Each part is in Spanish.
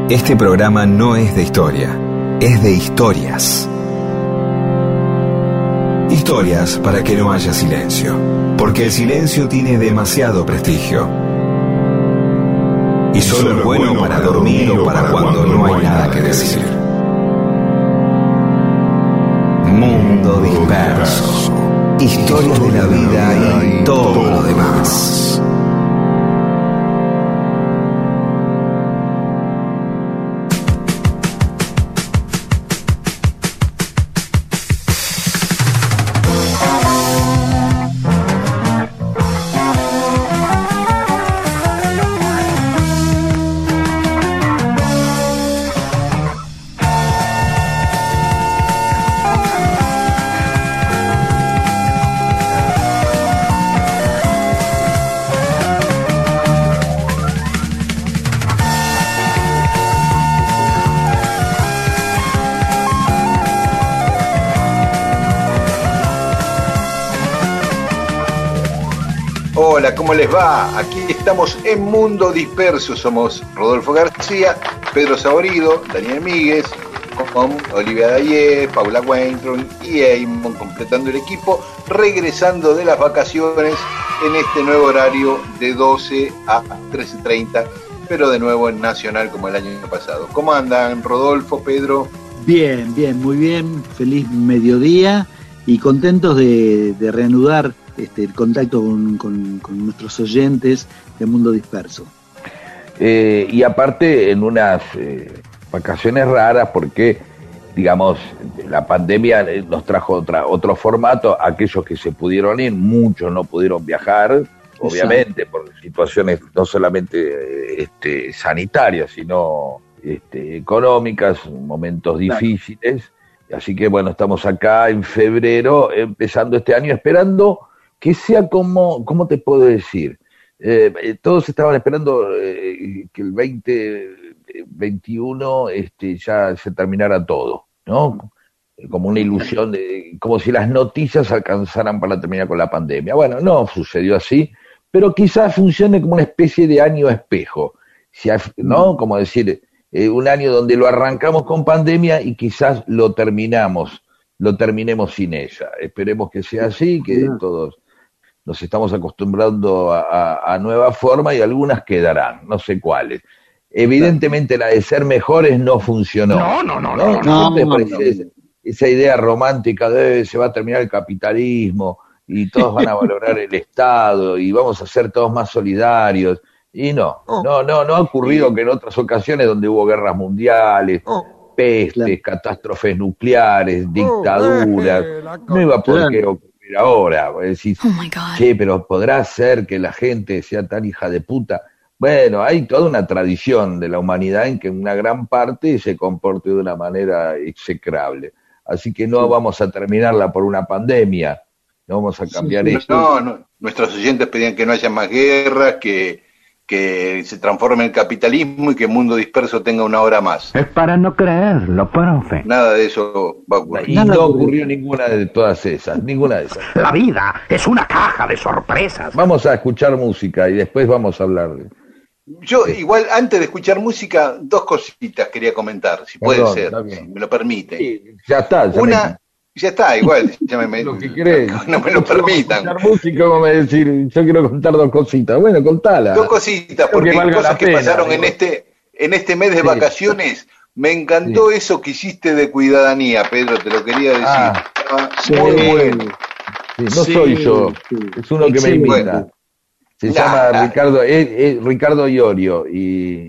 Este programa no es de historia, es de historias. Historias para que no haya silencio, porque el silencio tiene demasiado prestigio. Y solo es bueno para dormir o para cuando no hay nada que decir. Mundo disperso. Historias de la vida y todo lo demás. Hola, ¿cómo les va? Aquí estamos en Mundo Disperso. Somos Rodolfo García, Pedro Saborido, Daniel Míguez, con Olivia Daye, Paula Weintraub y Eamon completando el equipo, regresando de las vacaciones en este nuevo horario de 12 a 13:30, pero de nuevo en Nacional como el año pasado. ¿Cómo andan, Rodolfo, Pedro? Bien, muy bien. Feliz mediodía y contentos de reanudar el contacto con nuestros oyentes de Mundo Disperso. Y aparte en unas vacaciones raras porque, digamos, la pandemia nos trajo otro formato. Aquellos que se pudieron ir, muchos no pudieron viajar, obviamente. Exacto. Por situaciones no solamente sanitarias, sino económicas, momentos difíciles. Así que bueno, estamos acá en febrero, empezando este año, esperando que sea como, ¿cómo te puedo decir? Todos estaban esperando que el 2021 ya se terminara todo, ¿no? Como una ilusión, como si las noticias alcanzaran para terminar con la pandemia. Bueno, no sucedió así, pero quizás funcione como una especie de año espejo, ¿no? Como decir, un año donde lo arrancamos con pandemia y quizás lo terminemos sin ella. Esperemos que sea así, que todos nos estamos acostumbrando a nuevas formas y algunas quedarán, no sé cuáles. Evidentemente la de ser mejores no funcionó. No. Esa idea romántica de se va a terminar el capitalismo y todos van a valorar el Estado y vamos a ser todos más solidarios. Y no ha ocurrido que en otras ocasiones donde hubo guerras mundiales, pestes, catástrofes nucleares, dictaduras, no iba por qué ocurrir ahora. Decís, che, pero ¿podrá ser que la gente sea tan hija de puta? Bueno, hay toda una tradición de la humanidad en que una gran parte se comporte de una manera execrable. Así que no vamos a terminarla por una pandemia, no vamos a cambiar esto. No, nuestros oyentes pedían que no haya más guerras, que se transforme el capitalismo y que el Mundo Disperso tenga una hora más. Es para no creerlo, profe. Nada de eso va a ocurrir. Y no ocurrió ninguna de todas esas, ninguna de esas. La vida es una caja de sorpresas. Vamos a escuchar música y después vamos a hablar de... Yo igual, antes de escuchar música, dos cositas quería comentar, si puede ser, si me lo permite. Sí, ya está. Ya está, igual, ya lo que querés. No me lo permitan. Música, como me decir, yo quiero contar dos cositas. Bueno, contala. Dos cositas, porque cosas que pasaron en este mes de vacaciones. Me encantó eso que hiciste de cuidadanía, Pedro, te lo quería decir. Muy bueno. Sí, no soy yo, es uno que me invita. Bueno. Se llama Ricardo Iorio y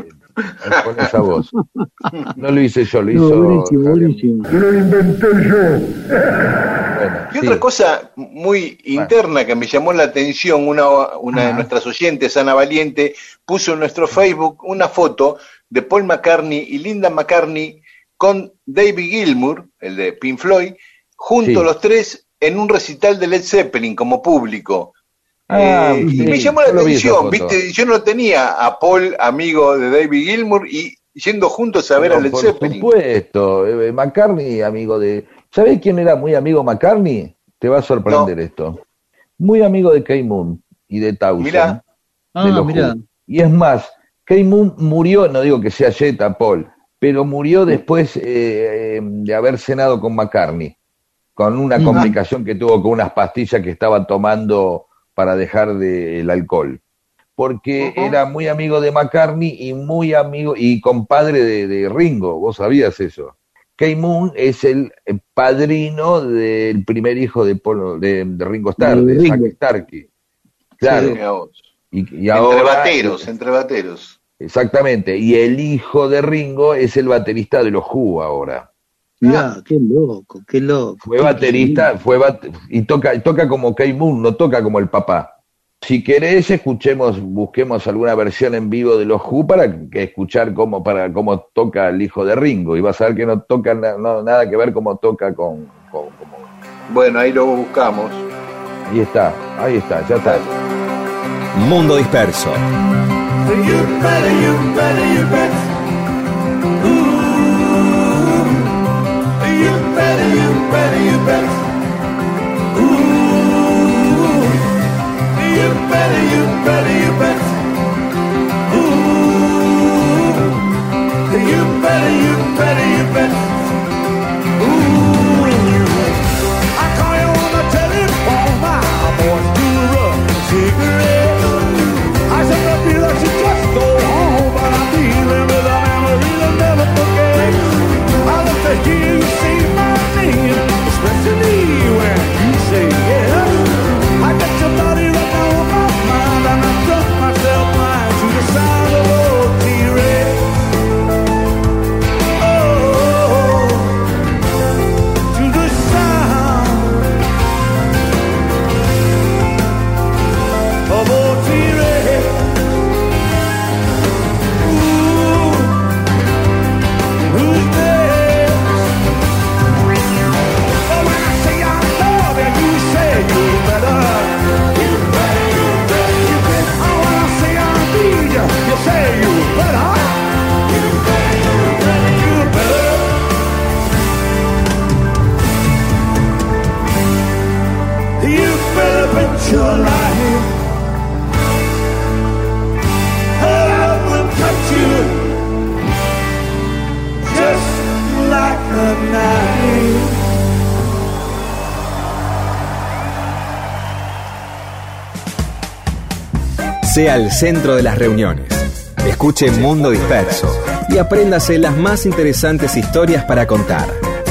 con esa voz. No lo hice yo, lo hizo... Buenísimo. Yo lo inventé yo. Bueno, y otra cosa muy interna que me llamó la atención, una de nuestras oyentes, Ana Valiente, puso en nuestro Facebook una foto de Paul McCartney y Linda McCartney con David Gilmour, el de Pink Floyd, juntos los tres en un recital de Led Zeppelin como público. Y me llamó la atención, ¿viste? Yo no tenía a Paul, amigo de David Gilmour, y yendo juntos a ver a Led Zeppelin. Por supuesto, McCartney, amigo de... ¿Sabés quién era muy amigo McCartney? Te va a sorprender esto. Muy amigo de Kay Moon y de Townsend. Mirá. Y es más, Keith Moon murió, no digo que sea Jetta, Paul, pero murió después de haber cenado con McCartney, con una complicación que tuvo con unas pastillas que estaba tomando para dejar el alcohol. Porque era muy amigo de McCartney y muy amigo y compadre de Ringo, ¿vos sabías eso? Keith Moon es el padrino del primer hijo de Ringo Starr, de Zack Starkey. Claro. Sí, y ahora, entre bateros. Exactamente, y el hijo de Ringo es el baterista de los Who ahora. Mirá, qué loco. Fue baterista, y toca como Keith Moon, no toca como el papá. Si querés, busquemos alguna versión en vivo de los Who para escuchar cómo toca el hijo de Ringo, y vas a ver que no toca nada que ver cómo toca con. Bueno, ahí lo buscamos. Ahí está, ya está. Mundo Disperso. Sea el centro de las reuniones. Escuche Mundo Disperso y apréndase las más interesantes historias para contar.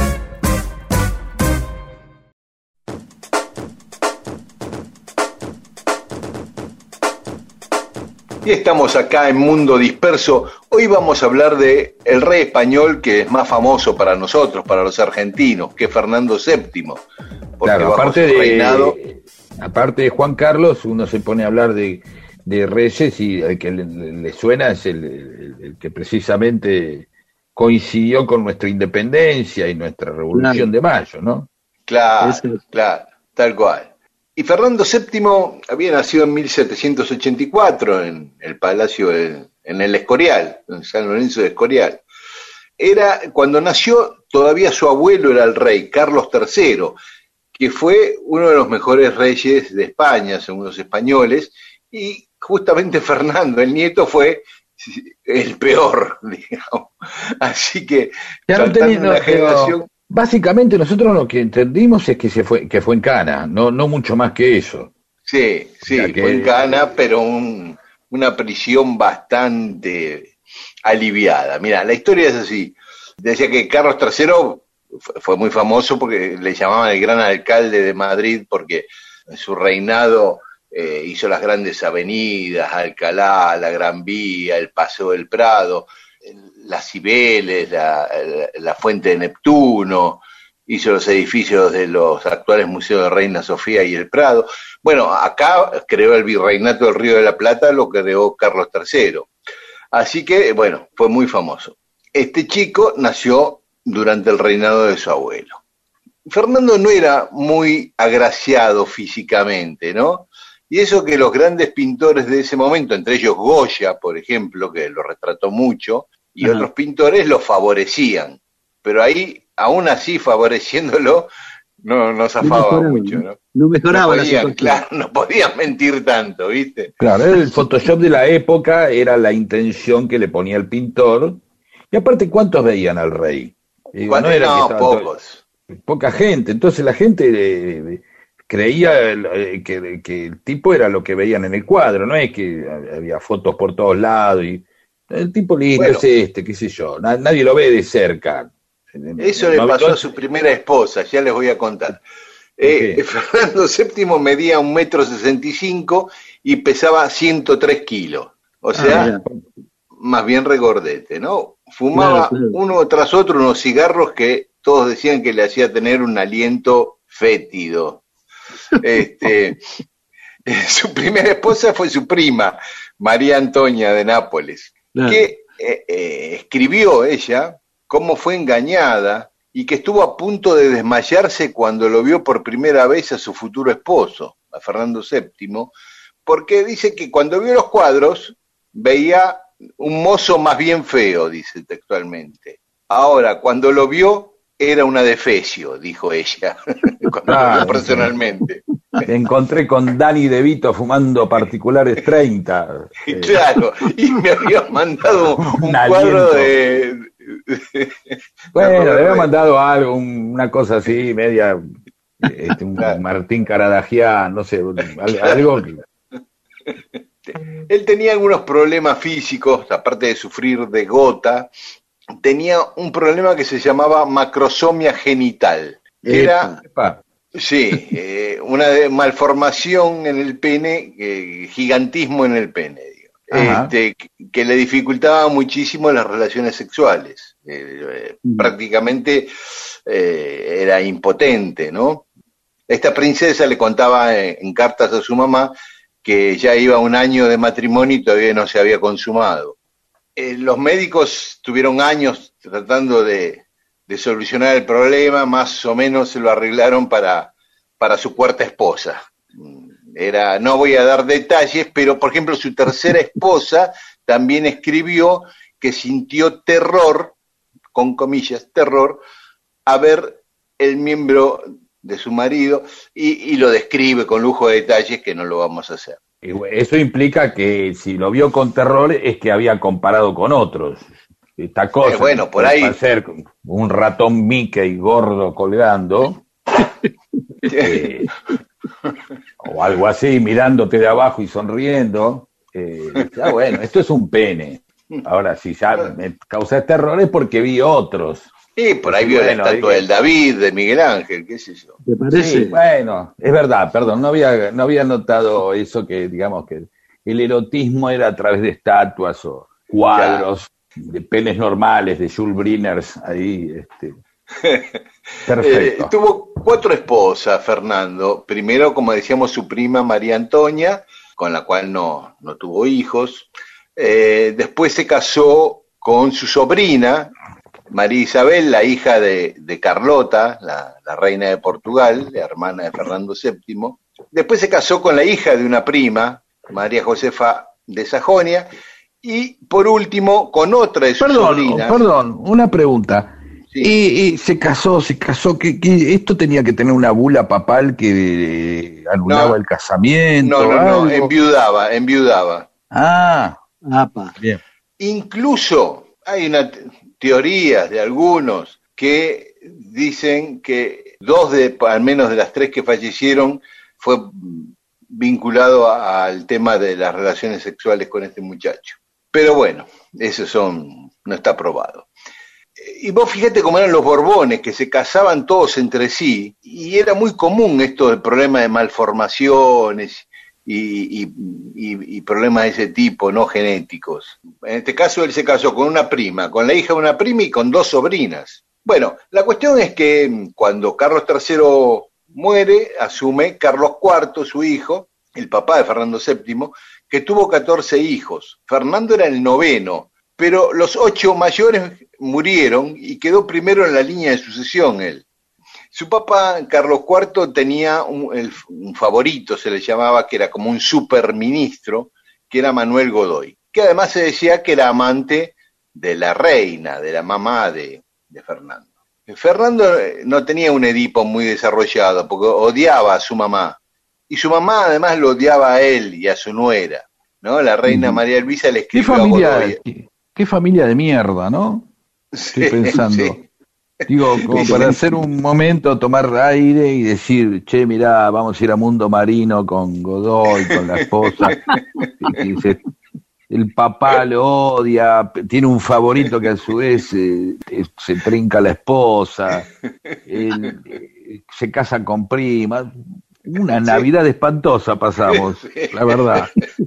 Y estamos acá en Mundo Disperso. Hoy vamos a hablar de el rey español que es más famoso para nosotros, para los argentinos, que es Fernando VII. Claro, aparte de Juan Carlos, uno se pone a hablar de reyes y el que le suena es el que precisamente coincidió con nuestra independencia y nuestra Revolución de Mayo, ¿no? Claro, tal cual. Y Fernando VII había nacido en 1784 en el Palacio, en el Escorial, en San Lorenzo de Escorial. Cuando nació, todavía su abuelo era el rey, Carlos III, que fue uno de los mejores reyes de España, según los españoles, y justamente Fernando, el nieto, fue el peor, digamos. Así que, una generación... Básicamente nosotros lo que entendimos es que fue en cana, no mucho más que eso. Sí, fue en cana, pero una prisión bastante aliviada. Mira, la historia es así. Decía que Carlos III fue muy famoso porque le llamaban el gran alcalde de Madrid, porque en su reinado hizo las grandes avenidas, Alcalá, la Gran Vía, el Paseo del Prado, las Cibeles, la Fuente de Neptuno, hizo los edificios de los actuales museos de Reina Sofía y el Prado. Bueno, acá creó el Virreinato del Río de la Plata, lo creó Carlos III. Así que, bueno, fue muy famoso. Este chico nació durante el reinado de su abuelo. Fernando no era muy agraciado físicamente, ¿no? Y eso que los grandes pintores de ese momento, entre ellos Goya, por ejemplo, que lo retrató mucho, y otros pintores lo favorecían. Pero ahí, aún así favoreciéndolo, no zafaba mucho, ¿no? No mejoraba la podían, situación. claro, no podían mentir tanto, ¿viste? Claro, el Photoshop de la época era la intención que le ponía el pintor. Y aparte, ¿cuántos veían al rey? Digo, no era que estaban pocos. poca gente. Entonces la gente creía que el tipo era lo que veían en el cuadro, no es que había fotos por todos lados y el tipo listo Bueno, es qué sé yo, nadie lo ve de cerca. Eso le pasó a su primera esposa, ya les voy a contar. Fernando VII medía 1,65 m y pesaba 103 kilos, o sea, más bien regordete, ¿no? Fumaba uno tras otro unos cigarros que todos decían que le hacía tener un aliento fétido. Su primera esposa fue su prima, María Antonia de Nápoles, que escribió ella cómo fue engañada y que estuvo a punto de desmayarse cuando lo vio por primera vez a su futuro esposo, a Fernando VII, porque dice que cuando vio los cuadros veía un mozo más bien feo, dice textualmente. Ahora, cuando lo vio, era un adefesio, dijo ella, cuando lo vio personalmente. Me encontré con Danny DeVito fumando particulares 30. Claro, y me había mandado un cuadro de... Bueno, le había mandado algo, una cosa así, media, un Martín Caradagian, no sé, algo que... Él tenía algunos problemas físicos, aparte de sufrir de gota, tenía un problema que se llamaba macrosomia genital. Era, sí, una malformación en el pene, gigantismo en el pene, que le dificultaba muchísimo las relaciones sexuales. Prácticamente era impotente, ¿no? Esta princesa le contaba en cartas a su mamá que ya iba 1 año de matrimonio y todavía no se había consumado. Los médicos tuvieron años tratando de solucionar el problema, más o menos se lo arreglaron para su cuarta esposa. No voy a dar detalles, pero por ejemplo su tercera esposa también escribió que sintió terror, con comillas, terror, a ver el miembro de su marido y lo describe con lujo de detalles que no lo vamos a hacer. Eso implica que si lo vio con terror es que había comparado con otros. Esta cosa, bueno, por ahí ser un ratón Mickey gordo colgando, o algo así, mirándote de abajo y sonriendo. Bueno, esto es un pene. Ahora, si ya me causa terror es porque vi otros. Y por ahí vio la estatua del David, de Miguel Ángel, qué sé yo. ¿Te parece? Sí, bueno, es verdad, perdón, no había notado eso, que digamos que el erotismo era a través de estatuas o cuadros, de penes normales, de Jules Bryners, ahí, perfecto. Tuvo 4 esposas, Fernando. Primero, como decíamos, su prima María Antonia, con la cual no tuvo hijos. Después se casó con su sobrina, María Isabel, la hija de Carlota, la reina de Portugal, la hermana de Fernando VII. Después se casó con la hija de una prima, María Josefa de Sajonia, y por último con otra de sus sobrinas. Perdón, una pregunta. Sí. Y se casó, que esto tenía que tener una bula papal que anulaba el casamiento. No, enviudaba. Bien. Incluso hay una teorías de algunos que dicen que 2 al menos de las 3 que fallecieron fue vinculado al tema de las relaciones sexuales con este muchacho. Pero bueno, eso no está probado. Y vos fíjate cómo eran los Borbones, que se casaban todos entre sí, y era muy común esto del problema de malformaciones y problemas de ese tipo, no genéticos. En este caso él se casó con una prima, con la hija de una prima y con 2 sobrinas. Bueno, la cuestión es que cuando Carlos III muere, asume Carlos IV, su hijo, el papá de Fernando VII, que tuvo 14 hijos. Fernando era el 9º, pero los 8 mayores murieron y quedó primero en la línea de sucesión él. Su papá, Carlos IV, tenía un favorito, se le llamaba, que era como un superministro, que era Manuel Godoy, que además se decía que era amante de la reina, de la mamá de Fernando. Fernando no tenía un Edipo muy desarrollado porque odiaba a su mamá. Y su mamá además lo odiaba a él y a su nuera, ¿no? La reina María Luisa le escribió a Godoy. Qué familia de mierda, ¿no? Estoy pensando. Sí. Digo, como para hacer un momento, tomar aire y decir, che, mirá, vamos a ir a Mundo Marino con Godoy, con la esposa. Y dice, el papá lo odia, tiene un favorito que a su vez se trinca la esposa, se casa con primas. Una Navidad espantosa pasamos, la verdad.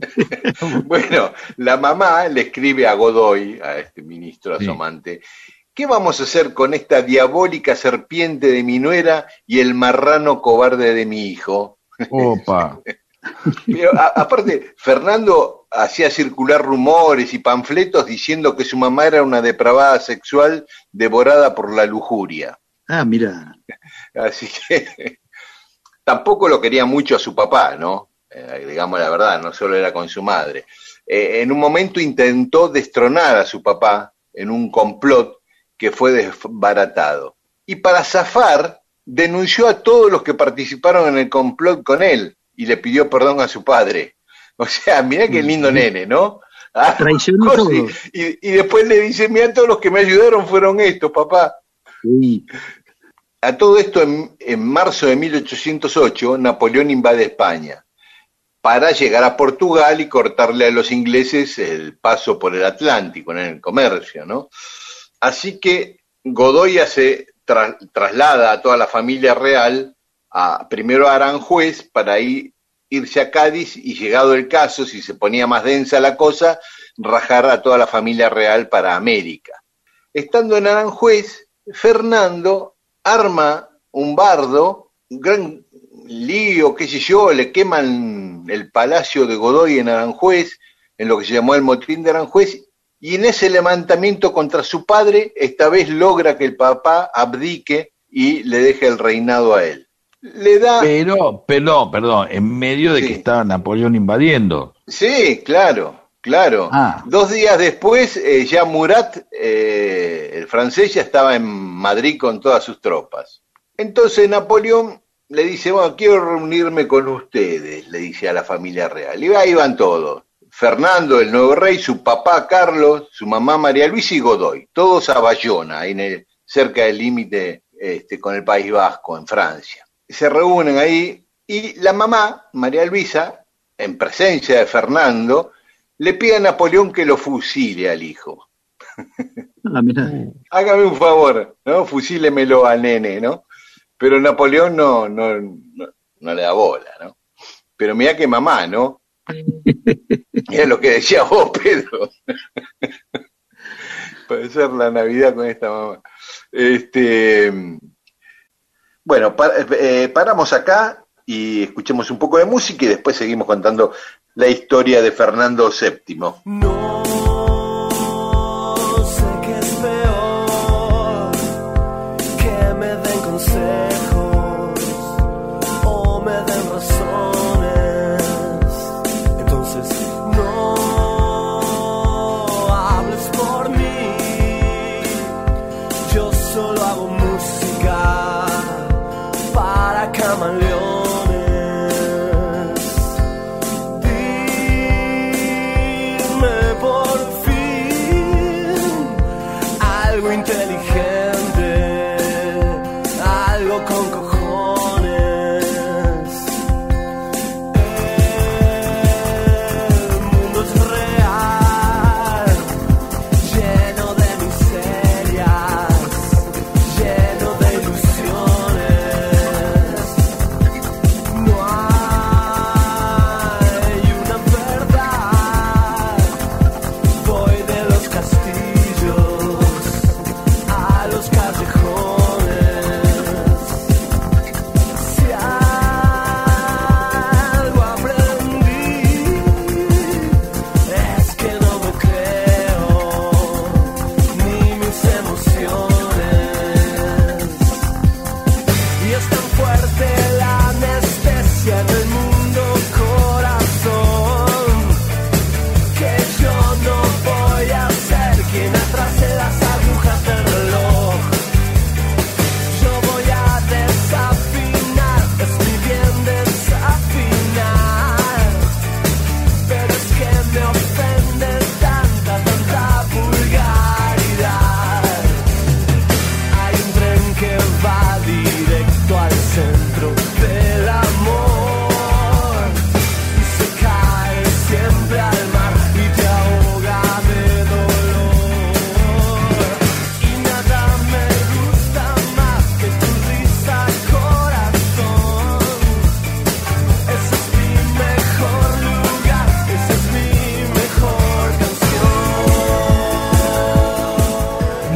Bueno, la mamá le escribe a Godoy, a este ministro asomante, ¿qué vamos a hacer con esta diabólica serpiente de mi nuera y el marrano cobarde de mi hijo? Opa. Pero aparte, Fernando hacía circular rumores y panfletos diciendo que su mamá era una depravada sexual devorada por la lujuria. Ah, mira. Así que tampoco lo quería mucho a su papá, ¿no? Digamos la verdad, no solo era con su madre. En un momento intentó destronar a su papá en un complot que fue desbaratado. Y para zafar, denunció a todos los que participaron en el complot con él y le pidió perdón a su padre. O sea, mirá qué lindo nene, ¿no? Traicionó todo. Y después le dice, mirá, todos los que me ayudaron fueron estos, papá. Sí. A todo esto, en marzo de 1808, Napoleón invade España para llegar a Portugal y cortarle a los ingleses el paso por el Atlántico en el comercio, ¿no? Así que Godoy traslada a toda la familia real primero a Aranjuez para irse a Cádiz y, llegado el caso, si se ponía más densa la cosa, rajar a toda la familia real para América. Estando en Aranjuez, Fernando arma un bardo, un gran lío, qué sé yo, le queman el palacio de Godoy en Aranjuez, en lo que se llamó el motín de Aranjuez, y en ese levantamiento contra su padre, esta vez logra que el papá abdique y le deje el reinado a él. Le da... Pero, perdón, en medio de que estaba Napoleón invadiendo. Sí, claro. 2 días después, ya Murat, el francés, ya estaba en Madrid con todas sus tropas. Entonces Napoleón le dice, bueno, quiero reunirme con ustedes, le dice a la familia real. Y ahí van todos. Fernando, el nuevo rey, su papá Carlos, su mamá María Luisa y Godoy. Todos a Bayona, ahí cerca del límite con el País Vasco, en Francia. Se reúnen ahí y la mamá, María Luisa, en presencia de Fernando, le pide a Napoleón que lo fusile al hijo. Hágame un favor, ¿no? Fusílemelo al nene, ¿no? Pero Napoleón no le da bola, ¿no? Pero mirá que mamá, ¿no? Es lo que decía vos, Pedro. Puede ser la Navidad con esta mamá. Bueno, paramos acá y escuchemos un poco de música y después seguimos contando la historia de Fernando VII. No sé qué es peor, que me den consejos o me den razones. Entonces no hables por mí, yo solo hago música para camaleones.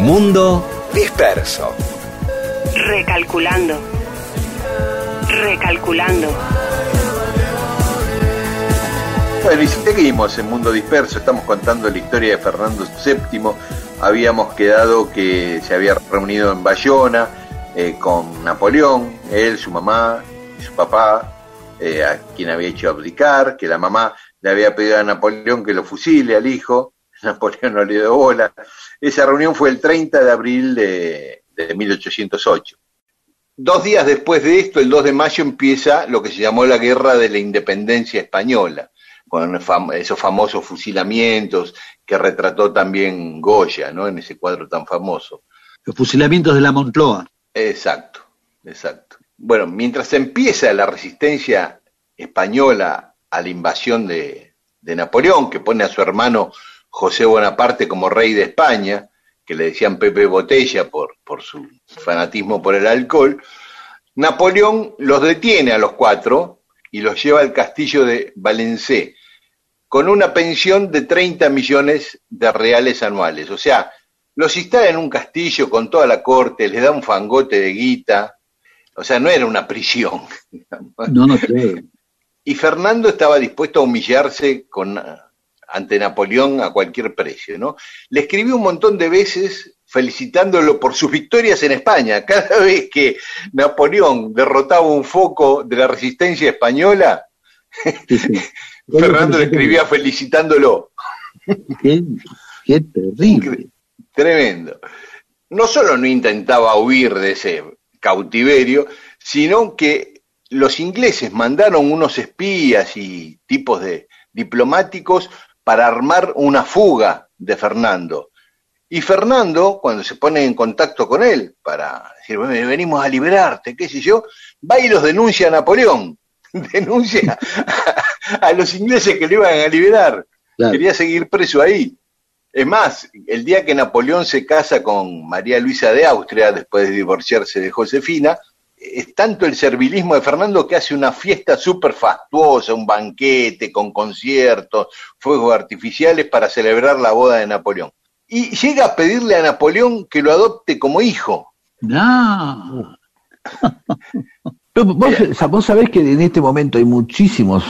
Mundo Disperso. Recalculando. Bueno, y seguimos en Mundo Disperso, estamos contando la historia de Fernando VII. Habíamos quedado que se había reunido en Bayona con Napoleón, él, su mamá y su papá, a quien había hecho abdicar, que la mamá le había pedido a Napoleón que lo fusile al hijo. Napoleón no le dio bola. Esa reunión fue el 30 de abril de 1808. 2 días después de esto, el 2 de mayo, empieza lo que se llamó la Guerra de la Independencia Española, con esos famosos fusilamientos que retrató también Goya, ¿no? En ese cuadro tan famoso. Los fusilamientos de la Moncloa. Exacto. Bueno, mientras empieza la resistencia española a la invasión de Napoleón, que pone a su hermano José Bonaparte como rey de España, que le decían Pepe Botella por su fanatismo por el alcohol, Napoleón los detiene a los 4 y los lleva al castillo de Valencé, con una pensión de 30 millones de reales anuales. O sea, los instala en un castillo con toda la corte, les da un fangote de guita. O sea, no era una prisión. No creo. Y Fernando estaba dispuesto a humillarse ante Napoleón a cualquier precio, ¿no? Le escribió un montón de veces felicitándolo por sus victorias en España. Cada vez que Napoleón derrotaba un foco de la resistencia española, sí. Fernando le escribía felicitándolo. Qué terrible. Tremendo. No solo no intentaba huir de ese cautiverio, sino que los ingleses mandaron unos espías y tipos de diplomáticos para armar una fuga de Fernando. Y Fernando, cuando se pone en contacto con él para decir, bueno, venimos a liberarte, qué sé yo, va y los denuncia a Napoleón. Denuncia a los ingleses que lo iban a liberar. Claro. Quería seguir preso ahí. Es más, el día que Napoleón se casa con María Luisa de Austria, después de divorciarse de Josefina, es tanto el servilismo de Fernando que hace una fiesta súper fastuosa, un banquete con conciertos, fuegos artificiales para celebrar la boda de Napoleón. Y llega a pedirle a Napoleón que lo adopte como hijo. No. Vos sabés que en este momento hay muchísimas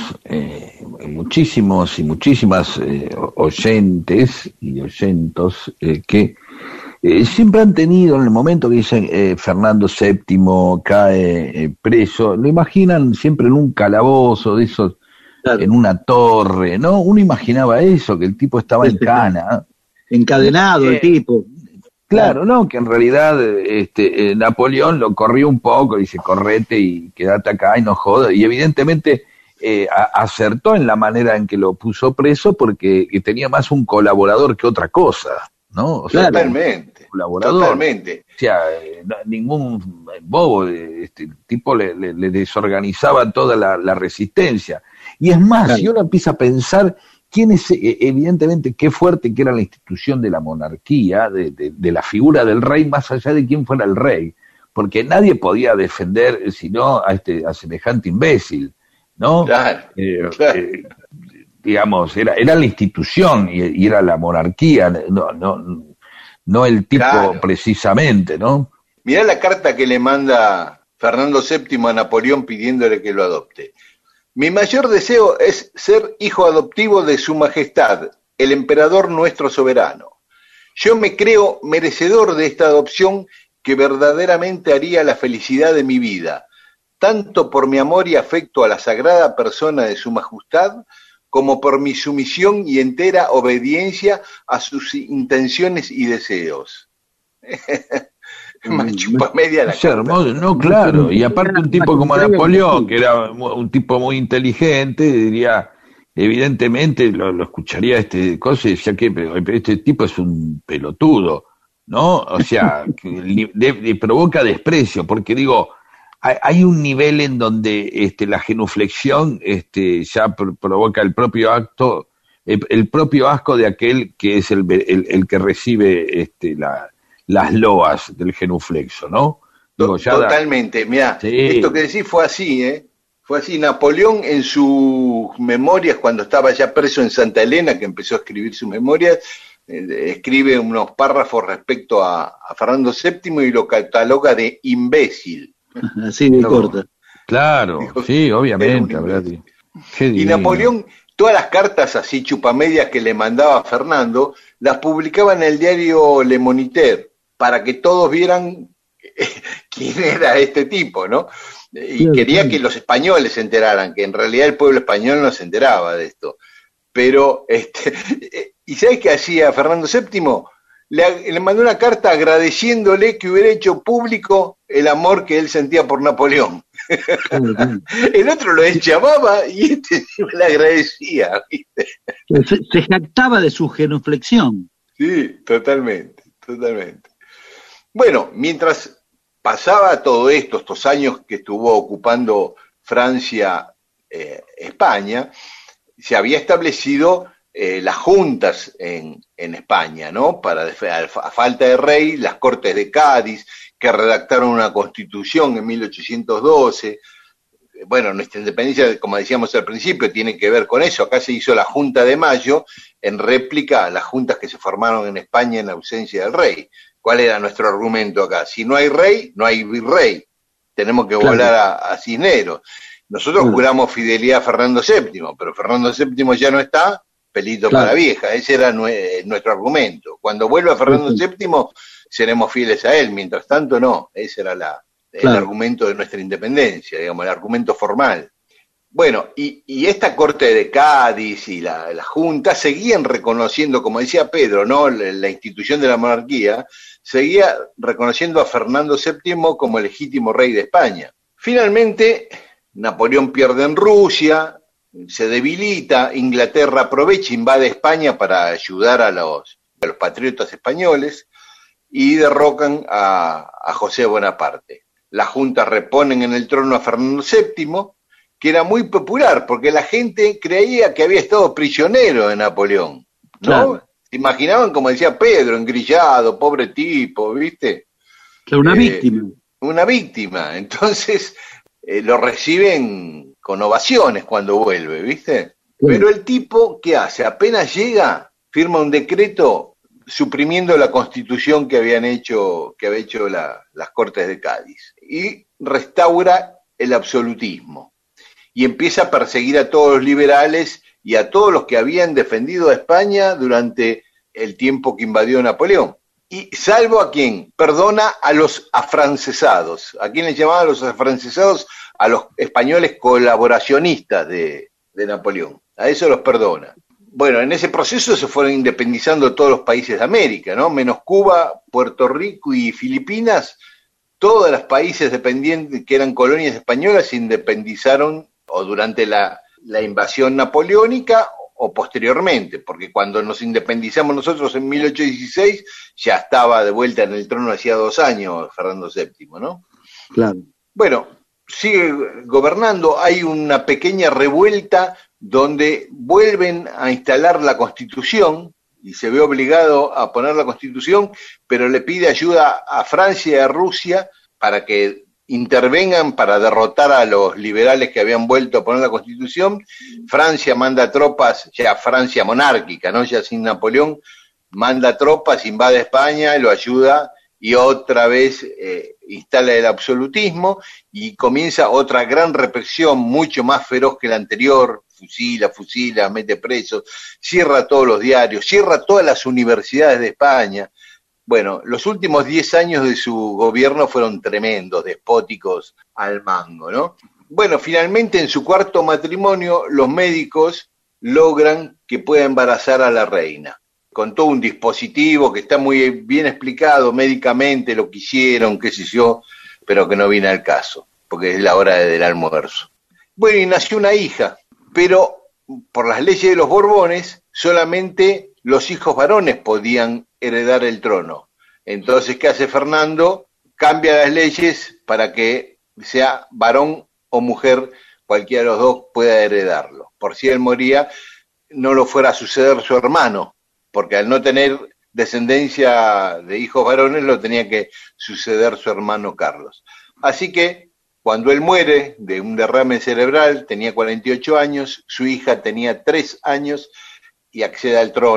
oyentes y oyentos que siempre han tenido, en el momento que dicen Fernando VII cae preso, lo imaginan siempre en un calabozo de esos, claro, en una torre, ¿no? Uno imaginaba eso, que el tipo estaba en cana. Encadenado el tipo. Claro, no, que en realidad Napoleón lo corrió un poco, dice, correte y quédate acá y no jodas, y evidentemente acertó en la manera en que lo puso preso porque tenía más un colaborador que otra cosa, ¿no? O sea, totalmente, colaborador. Totalmente. O sea, ningún bobo, tipo le desorganizaba toda la resistencia. Y es más, claro, si uno empieza a pensar quién es, evidentemente, qué fuerte que era la institución de la monarquía, de la figura del rey, más allá de quién fuera el rey, porque nadie podía defender sino a semejante imbécil, ¿no? Claro, claro. Digamos, era la institución y era la monarquía, no el tipo, claro, precisamente, ¿no? Mirá la carta que le manda Fernando VII a Napoleón pidiéndole que lo adopte. Mi mayor deseo es ser hijo adoptivo de su majestad, el emperador nuestro soberano. Yo me creo merecedor de esta adopción que verdaderamente haría la felicidad de mi vida, tanto por mi amor y afecto a la sagrada persona de su majestad, como por mi sumisión y entera obediencia a sus intenciones y deseos. Machupa media la carta. Hermoso, no, claro, y aparte un tipo como Napoleón, que era un tipo muy inteligente, diría, evidentemente lo escucharía cosa y decía que pero este tipo es un pelotudo, ¿no? O sea, le provoca desprecio, porque digo, hay un nivel en donde la genuflexión ya provoca el propio acto, el propio asco de aquel que es el que recibe las loas del genuflexo, ¿no? Digo, totalmente, mirá, sí, esto que decís fue así, fue así. Napoleón en sus memorias, cuando estaba ya preso en Santa Elena, que empezó a escribir sus memorias, escribe unos párrafos respecto a Fernando VII y lo cataloga de imbécil. Así de corta. Claro, sí, obviamente. Y Napoleón, todas las cartas así chupamedias que le mandaba a Fernando, las publicaba en el diario Le Moniteur, para que todos vieran quién era este tipo, ¿no? Y quería que los españoles se enteraran, que en realidad el pueblo español no se enteraba de esto. Pero, ¿y sabes qué hacía Fernando VII? Le mandó una carta agradeciéndole que hubiera hecho público el amor que él sentía por Napoleón. El otro lo llamaba y le agradecía, ¿viste? Se jactaba de su genuflexión. Sí, totalmente. Bueno, mientras pasaba todo esto, estos años que estuvo ocupando Francia, España, se había establecido las juntas en España, ¿no? A falta de rey, las Cortes de Cádiz, que redactaron una constitución en 1812. Bueno, nuestra independencia, como decíamos al principio, tiene que ver con eso. Acá se hizo la Junta de Mayo en réplica a las juntas que se formaron en España en ausencia del rey. ¿Cuál era nuestro argumento acá? Si no hay rey, no hay virrey. Tenemos que volar a Cisneros. Nosotros juramos fidelidad a Fernando VII, pero Fernando VII ya no está, pelito para vieja. Ese era nuestro argumento. Cuando vuelva Fernando VII, seremos fieles a él. Mientras tanto, no. Ese era el argumento de nuestra independencia, digamos, el argumento formal. Bueno, y esta Corte de Cádiz y la Junta seguían reconociendo, como decía Pedro, ¿no? La institución de la monarquía seguía reconociendo a Fernando VII como el legítimo rey de España. Finalmente, Napoleón pierde en Rusia, se debilita, Inglaterra aprovecha, invade España para ayudar a los patriotas españoles y derrocan a José Bonaparte. Las juntas reponen en el trono a Fernando VII, que era muy popular, porque la gente creía que había estado prisionero de Napoleón, ¿no? Claro. Se imaginaban, como decía Pedro, engrillado, pobre tipo, ¿viste? Una víctima. Una víctima. Entonces, lo reciben con ovaciones cuando vuelve, ¿viste? Pero el tipo, ¿qué hace? Apenas llega, firma un decreto suprimiendo la constitución que había hecho las Cortes de Cádiz y restaura el absolutismo y empieza a perseguir a todos los liberales y a todos los que habían defendido a España durante el tiempo que invadió Napoleón. Y salvo a quién, perdona a los afrancesados. ¿A quién les llamaban los afrancesados? A los españoles colaboracionistas de Napoleón. A eso los perdona. Bueno, en ese proceso se fueron independizando todos los países de América, ¿no? Menos Cuba, Puerto Rico y Filipinas. Todos los países dependientes que eran colonias españolas se independizaron o durante la invasión napoleónica o posteriormente, porque cuando nos independizamos nosotros en 1816 ya estaba de vuelta en el trono hacía 2 años Fernando VII, ¿no? Claro. Bueno, sigue gobernando, hay una pequeña revuelta donde vuelven a instalar la Constitución y se ve obligado a poner la Constitución, pero le pide ayuda a Francia y a Rusia para que intervengan para derrotar a los liberales que habían vuelto a poner la Constitución. Francia manda tropas, ya Francia monárquica, ¿no? Ya sin Napoleón, manda tropas, invade España, lo ayuda y otra vez instala el absolutismo y comienza otra gran represión mucho más feroz que la anterior. Fusila, mete presos, cierra todos los diarios, cierra todas las universidades de España. Bueno, los últimos 10 años de su gobierno fueron tremendos, despóticos al mango, ¿no? Bueno, finalmente en su 4º matrimonio los médicos logran que pueda embarazar a la reina, con todo un dispositivo que está muy bien explicado médicamente, lo que hicieron, qué sé yo, pero que no viene al caso, porque es la hora del almuerzo. Bueno, y nació una hija, pero por las leyes de los Borbones, solamente los hijos varones podían heredar el trono. Entonces, ¿qué hace Fernando? Cambia las leyes para que sea varón o mujer, cualquiera de los dos pueda heredarlo. Por si él moría, no lo fuera a suceder su hermano, porque al no tener descendencia de hijos varones, lo tenía que suceder su hermano Carlos. Así que, cuando él muere de un derrame cerebral, tenía 48 años, su hija tenía 3 años y accede al trono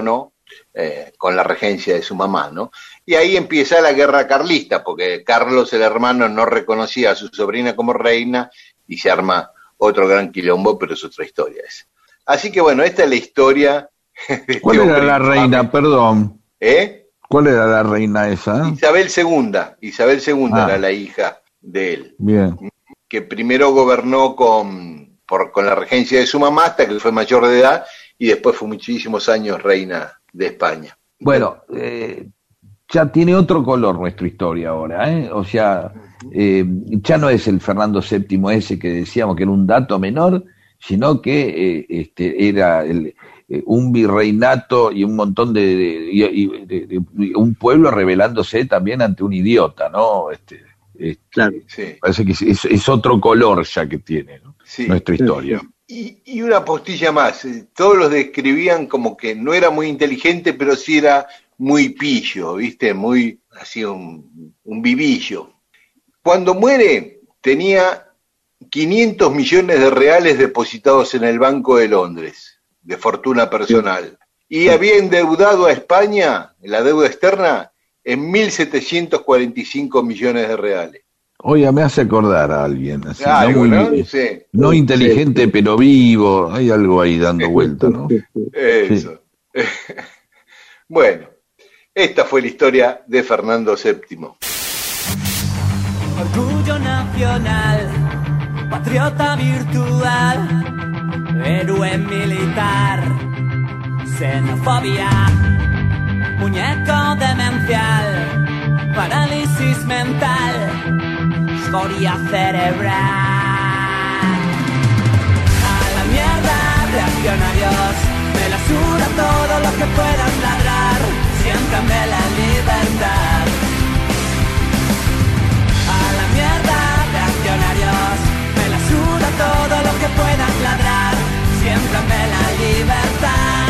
con la regencia de su mamá, ¿no? Y ahí empieza la guerra carlista, porque Carlos, el hermano, no reconocía a su sobrina como reina y se arma otro gran quilombo, pero es otra historia esa. Así que bueno, esta es la historia. ¿Cuál era la reina? Perdón. ¿Cuál era la reina esa? Isabel II era la hija de él. Bien. Que primero gobernó con la regencia de su mamá hasta que fue mayor de edad y después fue muchísimos años reina de España. Bueno, ya tiene otro color nuestra historia ahora, ¿eh? O sea, ya no es el Fernando VII ese que decíamos que era un dato menor, sino que era un virreinato y un montón de un pueblo rebelándose también ante un idiota, ¿no? Claro. Sí. Parece que es otro color ya que tiene, ¿no? Sí. Nuestra historia. Y una postilla más, todos los describían como que no era muy inteligente, pero sí era muy pillo, ¿viste? Muy, así un vivillo. Cuando muere, tenía 500 millones de reales depositados en el Banco de Londres, de fortuna personal. Y había endeudado a España, la deuda externa, en 1.745 millones de reales. Oiga, me hace acordar a alguien, así, Algo, no, muy, ¿no? Sí. No inteligente, pero vivo, hay algo ahí dando vuelta, ¿no? Eso. Sí. Bueno, esta fue la historia de Fernando VII. Orgullo nacional, patriota virtual, héroe militar, xenofobia, muñeco demencial, parálisis mental, escoria cerebral. A la mierda, reaccionarios, me la suda todo lo que puedas ladrar, siéntame la libertad. A la mierda, reaccionarios, me la suda todo lo que puedas ladrar, siéntame la libertad.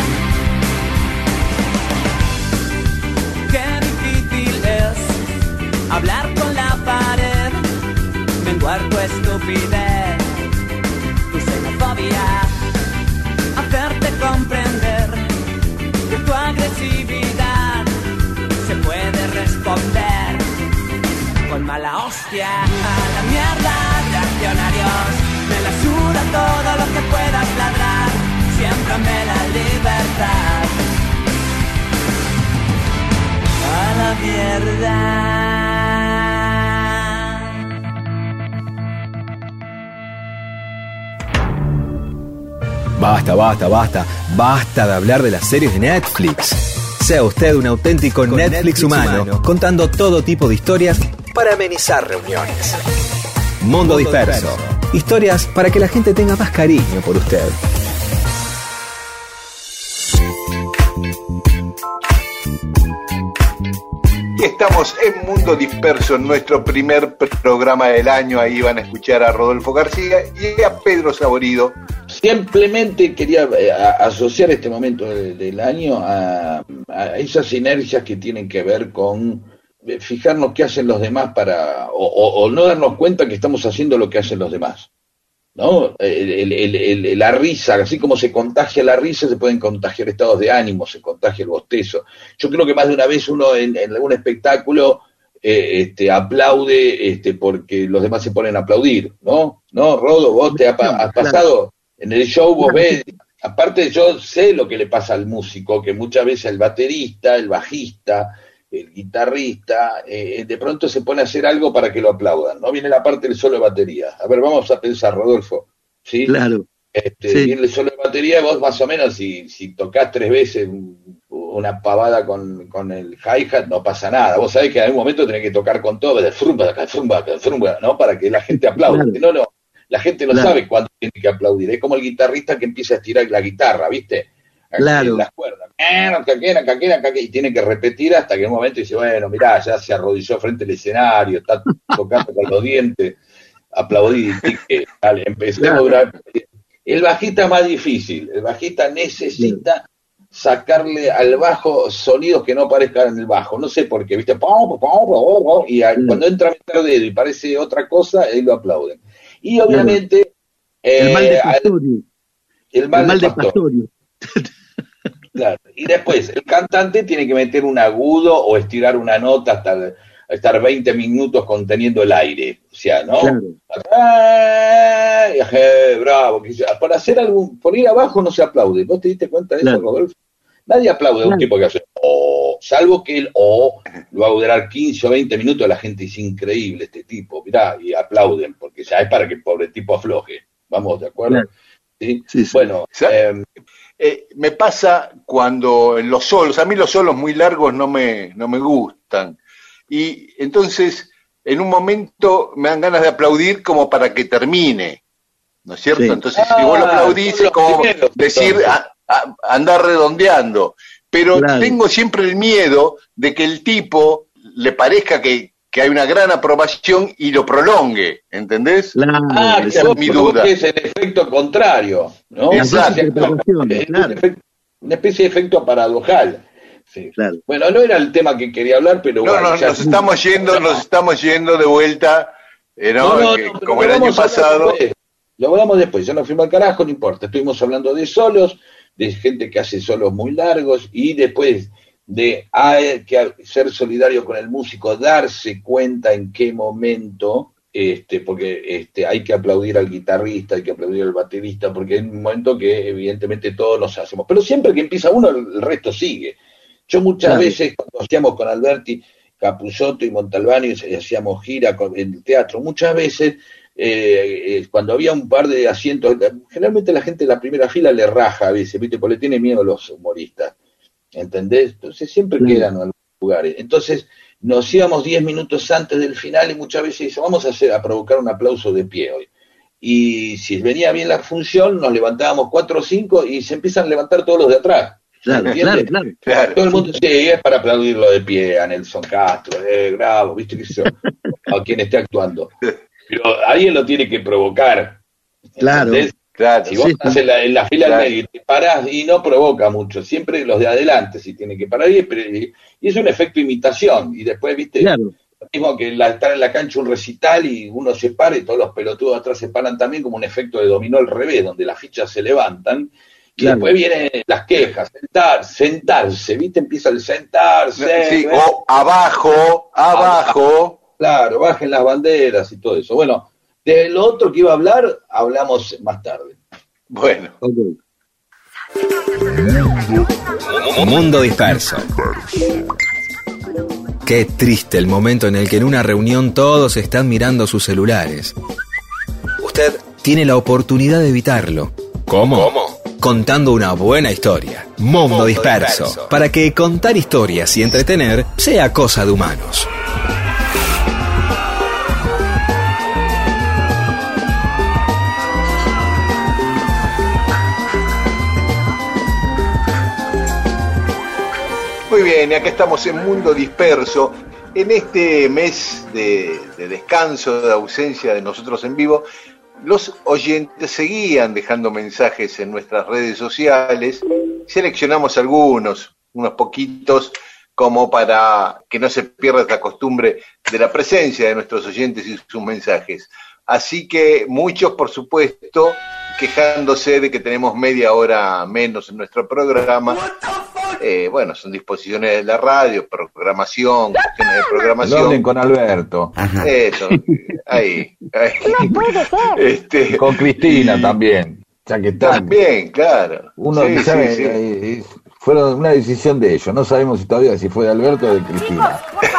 Qué difícil es hablar con la pared, menguar tu estupidez, tu xenofobia, hacerte comprender que tu agresividad se puede responder con mala hostia. A la mierda, reaccionarios, me la suda todo lo que puedas ladrar, siémprame la libertad. A la mierda. Basta de hablar de las series de Netflix. Sea usted un auténtico Netflix humano, contando todo tipo de historias para amenizar reuniones. Mundo Disperso. Historias para que la gente tenga más cariño por usted. Y estamos en Mundo Disperso, en nuestro primer programa del año. Ahí van a escuchar a Rodolfo García y a Pedro Saborido. Simplemente quería asociar este momento del año a esas inercias que tienen que ver con fijarnos qué hacen los demás o no darnos cuenta que estamos haciendo lo que hacen los demás, ¿no? La risa, así como se contagia la risa, se pueden contagiar estados de ánimo, se contagia el bostezo. Yo creo que más de una vez uno en algún espectáculo aplaude porque los demás se ponen a aplaudir, ¿no? ¿No, Rodo? ¿Vos te has pasado en el show? Vos ves, aparte yo sé lo que le pasa al músico, que muchas veces el baterista, el bajista, el guitarrista, de pronto se pone a hacer algo para que lo aplaudan, ¿no? Viene la parte del solo de batería. A ver, vamos a pensar, Rodolfo, ¿sí? Claro. Sí. Viene el solo de batería, vos más o menos, si tocás 3 veces una pavada con el hi-hat, no pasa nada. Vos sabés que en algún momento tenés que tocar con todo, ¿no? Para que la gente aplaude. Claro. No, la gente no sabe cuándo tiene que aplaudir. Es como el guitarrista que empieza a estirar la guitarra, ¿viste? Claro. Las cuerdas, y tiene que repetir hasta que en un momento dice, bueno, mirá, ya se arrodilló frente al escenario, está tocando con los dientes, aplaudí, dije, dale, empecemos de una vez. El bajista es más difícil, el bajista necesita sacarle al bajo sonidos que no parezcan en el bajo, no sé por qué, ¿viste? Y cuando entra a meter dedo y parece otra cosa, ahí lo aplauden. Y obviamente... el mal de Pastorio. Claro. Y después, el cantante tiene que meter un agudo o estirar una nota hasta estar 20 minutos conteniendo el aire. O sea, ¿no? Claro. Bravo. Para hacer algo, por ir abajo no se aplaude. ¿Vos te diste cuenta de eso, Rodolfo? Nadie aplaude a un tipo que hace salvo que el lo va a durar 15 o 20 minutos, la gente dice increíble este tipo, mirá, y aplauden, porque ya es para que el pobre tipo afloje. ¿Vamos de acuerdo? Claro. ¿Sí? Sí, sí. Bueno, me pasa cuando en los solos, a mí los solos muy largos no me gustan, y entonces en un momento me dan ganas de aplaudir como para que termine, ¿no es cierto? Sí. Entonces si vos lo aplaudís es como decir andar redondeando, pero tengo siempre el miedo de que el tipo le parezca que hay una gran aprobación y lo prolongue, ¿entendés? Esa es mi duda. Es el efecto contrario, ¿no? Exacto. Una especie de efecto paradojal. Sí. Claro. Bueno, no era el tema que quería hablar, pero bueno. Nos estamos yendo de vuelta, como el año pasado. Lo hablamos después, ya nos fuimos al carajo, no importa. Estuvimos hablando de solos, de gente que hace solos muy largos, y después de que ser solidario con el músico, darse cuenta en qué momento, porque hay que aplaudir al guitarrista, hay que aplaudir al baterista, porque hay un momento que evidentemente todos nos hacemos, pero siempre que empieza uno, el resto sigue. Yo muchas veces, cuando hacíamos con Alberti, Capusotto y Montalbano, y hacíamos gira en el teatro, muchas veces, cuando había un par de asientos, generalmente la gente de la primera fila le raja a veces, ¿viste? Porque le tiene miedo a los humoristas, ¿entendés? Entonces siempre quedan en algunos lugares. Entonces nos íbamos 10 minutos antes del final y muchas veces dicen, vamos a provocar un aplauso de pie hoy. Y si venía bien la función, nos levantábamos 4 o 5 y se empiezan a levantar todos los de atrás. Claro. Todo el mundo dice, es para aplaudirlo de pie a Nelson Castro, bravo, ¿viste? Que eso, a quien esté actuando. Pero alguien lo tiene que provocar. ¿Entendés? Claro. Si vos estás en la fila del medio y te parás y no provoca mucho, siempre los de adelante si tienen que parar, y es un efecto imitación, y después, viste, lo mismo que estar en la cancha un recital y uno se para y todos los pelotudos atrás se paran también, como un efecto de dominó al revés, donde las fichas se levantan, y después vienen las quejas, sentarse, viste, empieza el sentarse. Sí, o abajo. Claro, bajen las banderas y todo eso. Bueno, de lo otro que iba a hablar, hablamos más tarde. Bueno. Mundo disperso. Qué triste el momento en el que en una reunión todos están mirando sus celulares. Usted tiene la oportunidad de evitarlo. ¿Cómo? Contando una buena historia. Mundo disperso. Para que contar historias y entretener sea cosa de humanos. Muy bien, y acá estamos en Mundo Disperso, en este mes de descanso, de ausencia de nosotros en vivo. Los oyentes seguían dejando mensajes en nuestras redes sociales, seleccionamos unos poquitos, como para que no se pierda esta costumbre de la presencia de nuestros oyentes y sus mensajes. Así que muchos, por supuesto, quejándose de que tenemos media hora menos en nuestro programa. Bueno, son disposiciones de la radio, programación, cuestiones de programación. Hablen con Alberto. Ajá. Eso, ahí. No puede ser. Con Cristina también. Ya que también, claro. Uno sabe, fueron una decisión de ellos. No sabemos todavía si fue de Alberto o de Cristina.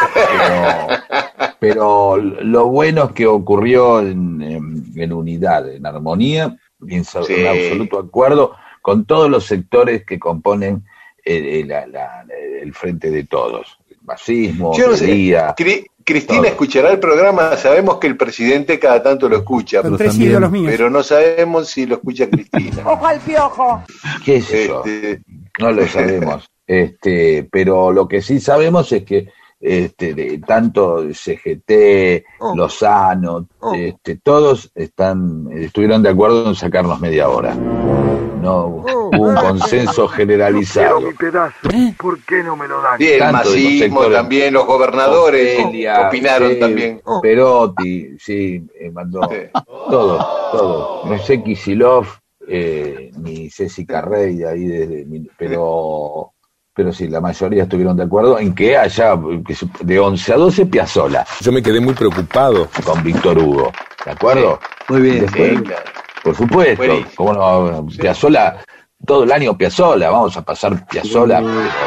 Pero lo bueno es que ocurrió en unidad, en armonía, en absoluto acuerdo con todos los sectores que componen el frente de todos, el fascismo, yo no sé, Cristina todo. ¿Escuchará el programa? Sabemos que el presidente cada tanto lo escucha, pero no sabemos si lo escucha Cristina. ¡Ojo al piojo! ¿Qué es eso? No lo sabemos. Pero lo que sí sabemos es que tanto CGT, Lozano, todos estuvieron de acuerdo en sacarnos media hora. No hubo un consenso generalizado. Quiero mi pedazo. ¿Por qué no me lo dan? Sí, el masismo también, los gobernadores opinaron también. Perotti, mandó. Todo. No sé, Kicillof, ni Ceci Carrey ahí, pero sí, la mayoría estuvieron de acuerdo en que haya de 11 a 12 Piazzolla. Yo me quedé muy preocupado con Víctor Hugo, ¿de acuerdo? Sí, muy bien. Después, claro. Por supuesto, cómo no, Piazzolla, todo el año Piazzolla, vamos a pasar Piazzolla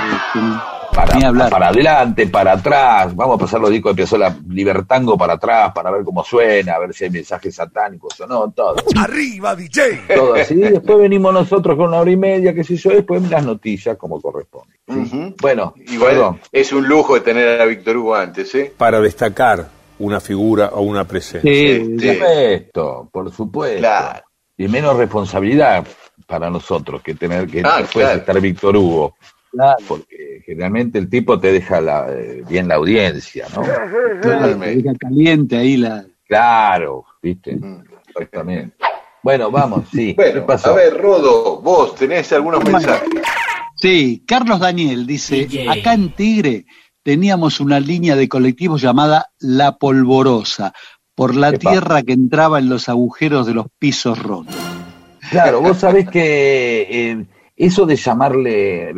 para adelante, para atrás, vamos a pasar los discos de Piazzolla Libertango para atrás, para ver cómo suena, a ver si hay mensajes satánicos o no, todo. ¡Arriba, DJ! Todo así, después venimos nosotros con 1 hora y media, qué sé yo, después las noticias como corresponde. Uh-huh. Bueno, igual es un lujo de tener a Víctor Hugo antes, ¿eh? Para destacar una figura o una presencia. Por supuesto. Claro. Y menos responsabilidad para nosotros que tener que después estar Víctor Hugo. Claro. Porque generalmente el tipo te deja bien la audiencia, ¿no? Claro, te deja caliente ahí la... Claro, ¿viste? Exactamente. Bueno, vamos, sí. Bueno, ¿qué pasó? A ver, Rodo, vos tenés algunos mensajes. Sí, Carlos Daniel dice, acá en Tigre teníamos una línea de colectivos llamada La Polvorosa, por la tierra que entraba en los agujeros de los pisos rotos. Claro, vos sabés que eso de llamarle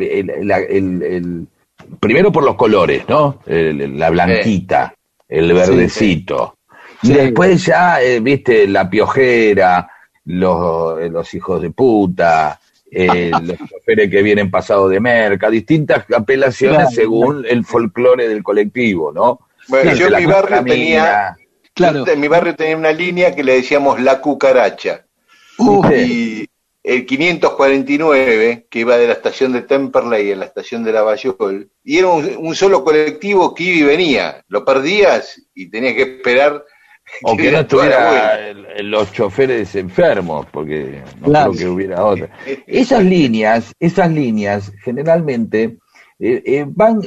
primero por los colores, ¿no? La blanquita, el verdecito. Sí. Y después ya, viste, la piojera, los hijos de puta, los choferes que vienen pasados de merca, distintas apelaciones según el folclore del colectivo, ¿no? Bueno, yo en mi barrio tenía... Claro. En mi barrio tenía una línea que le decíamos La Cucaracha. Y el 549, que iba de la estación de Temperley a la estación de Lavallol, y era un solo colectivo que iba y venía. Lo perdías y tenías que esperar. O que no estuviera los choferes enfermos, porque no creo que hubiera otra. Esas líneas generalmente van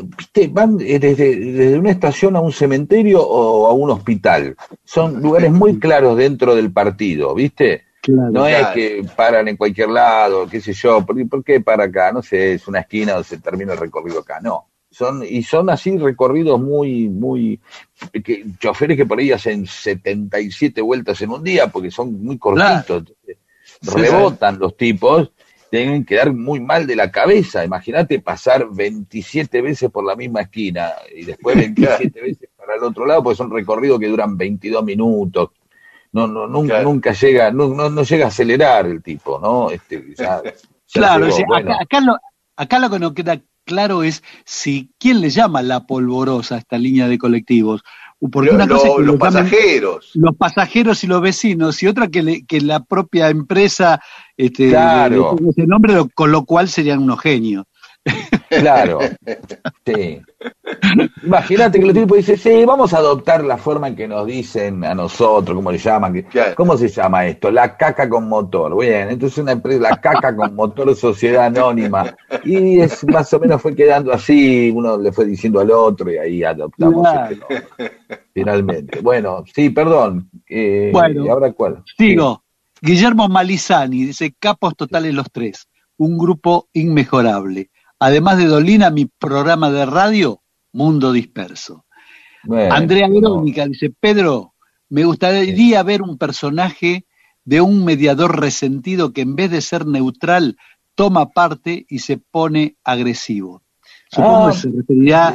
desde una estación a un cementerio o a un hospital. Son lugares muy claros dentro del partido, ¿viste? Claro, no es que paran en cualquier lado, qué sé yo, ¿por qué para acá? No sé, es una esquina donde se termina el recorrido acá, no. Son así recorridos muy choferes que por ahí hacen 77 vueltas en un día porque son muy cortitos, rebotan los tipos, tienen que dar muy mal de la cabeza. Imagínate pasar 27 veces por la misma esquina y después 27 veces para el otro lado, porque son recorridos que duran 22 minutos. Nunca llega, no llega a acelerar el tipo, ¿no? Claro, acá lo que nos queda claro es quién le llama La Polvorosa a esta línea de colectivos. Porque una cosa es que los pasajeros. Los pasajeros y los vecinos, y otra que la propia empresa ese nombre, con lo cual serían unos genios. Claro, sí. Imagínate que los tipos dicen, sí, vamos a adoptar la forma en que nos dicen a nosotros, ¿cómo le llaman? ¿Cómo se llama esto? La caca con motor. Bien, entonces una empresa, La Caca con Motor, sociedad anónima. Y más o menos fue quedando así, uno le fue diciendo al otro y ahí adoptamos este nombre. Finalmente. Bueno, sí, perdón. Bueno, ¿y ahora cuál? Sigo. Sí. Guillermo Malizani dice, capos totales los tres, un grupo inmejorable. Además de Dolina, mi programa de radio, Mundo Disperso. Bueno, Andrea Verónica dice, Pedro, me gustaría ver un personaje de un mediador resentido que en vez de ser neutral, toma parte y se pone agresivo. Supongo que se referirá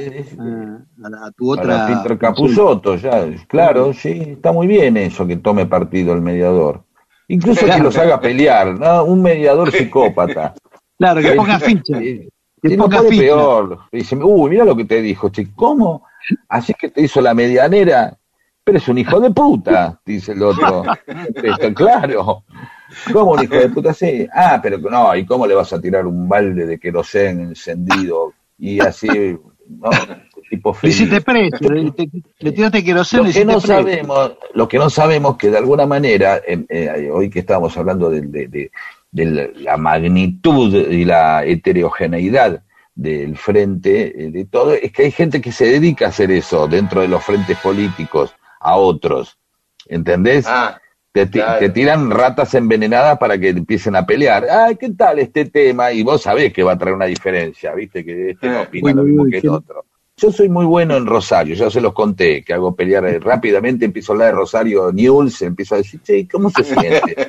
a tu otra... A Peter Capusotto, ya, claro, sí, está muy bien eso, que tome partido el mediador. Incluso que los haga pelear, ¿no? Un mediador psicópata. Claro, que ponga ficha. Que ponga ficha. Peor. Dice, mira lo que te dijo, che, ¿cómo? Así que te hizo la medianera, pero es un hijo de puta, dice el otro. Está claro. ¿Cómo un hijo de puta? Sí. Pero no, ¿y cómo le vas a tirar un balde de querosén encendido? Y así, ¿no? Tipo feliz. Le hiciste preso, le tiraste querosén. Lo que no sabemos que de alguna manera, hoy que estábamos hablando de la magnitud y la heterogeneidad del frente, de todo, es que hay gente que se dedica a hacer eso dentro de los frentes políticos, a otros, ¿entendés? Te tiran ratas envenenadas para que empiecen a pelear. ¿Qué tal este tema? Y vos sabés que va a traer una diferencia, ¿viste? Que no opina lo mismo que el otro. Yo soy muy bueno en Rosario, ya se los conté, que hago pelear rápidamente, empiezo a hablar de Rosario Newell's, empiezo a decir, che, ¿cómo se siente?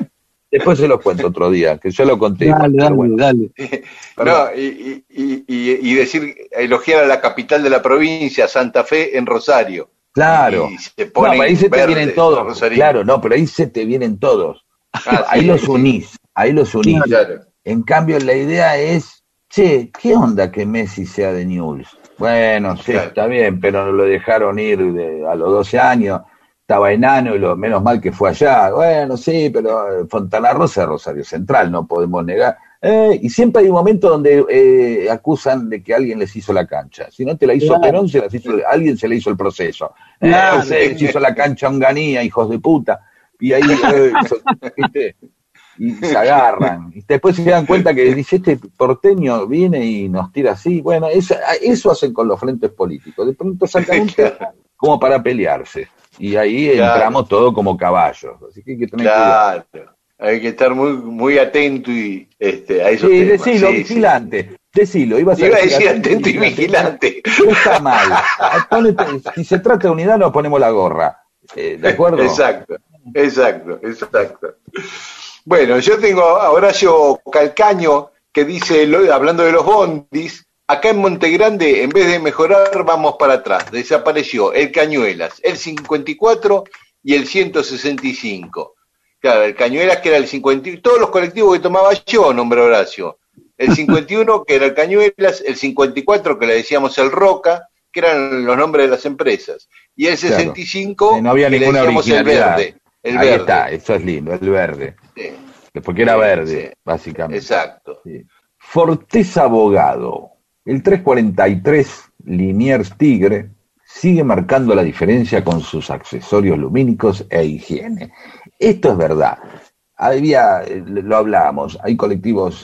Después se los cuento otro día, que yo lo conté. Dale. No, y decir, elogiar a la capital de la provincia, Santa Fe, en Rosario. Claro. Y se ponen ahí se te verdes, vienen todos. Claro, pero ahí se te vienen todos. Ahí los unís. Claro. En cambio, la idea es, che, ¿qué onda que Messi sea de Newell's? Bueno, sí, claro. Está bien, pero lo dejaron ir a los 12 años. Estaba enano y menos mal que fue allá. Bueno, sí, pero Fontana Rosa es Rosario Central, no podemos negar. Y siempre hay un momento donde acusan de que alguien les hizo la cancha. Si no te la hizo Perón, alguien se le hizo el proceso. Se hizo la cancha a Onganía, hijos de puta. Y ahí, ¿viste? Y se agarran. Y después se dan cuenta que dice, este porteño viene y nos tira así. Bueno, eso hacen con los frentes políticos. De pronto sacan un tema como para pelearse. Y ahí entramos todos como caballos. Así que hay que tener cuidado. Hay que estar muy, muy atento y a esos temas. Decilo, vigilante. Decilo. Iba a decir atento y vigilante. No está mal. Si se trata de unidad, nos ponemos la gorra. ¿De acuerdo? Exacto. Bueno, yo tengo a Horacio Calcaño que dice, hablando de los bondis, acá en Montegrande, en vez de mejorar, vamos para atrás. Desapareció el Cañuelas, el 54 y el 165. Claro, el Cañuelas que era el 50, todos los colectivos que tomaba yo, nombre Horacio. El 51 que era el Cañuelas, el 54 que le decíamos el Roca, que eran los nombres de las empresas. Y el 65 claro. No había que ninguna le decíamos el verde. Ahí verde. Está, eso es lindo, el verde. Sí. Porque era verde, básicamente. Exacto. Sí. Forteza Abogado. El 343 Liniers Tigre sigue marcando la diferencia con sus accesorios lumínicos e higiene. Esto es verdad. Lo hablábamos, hay colectivos,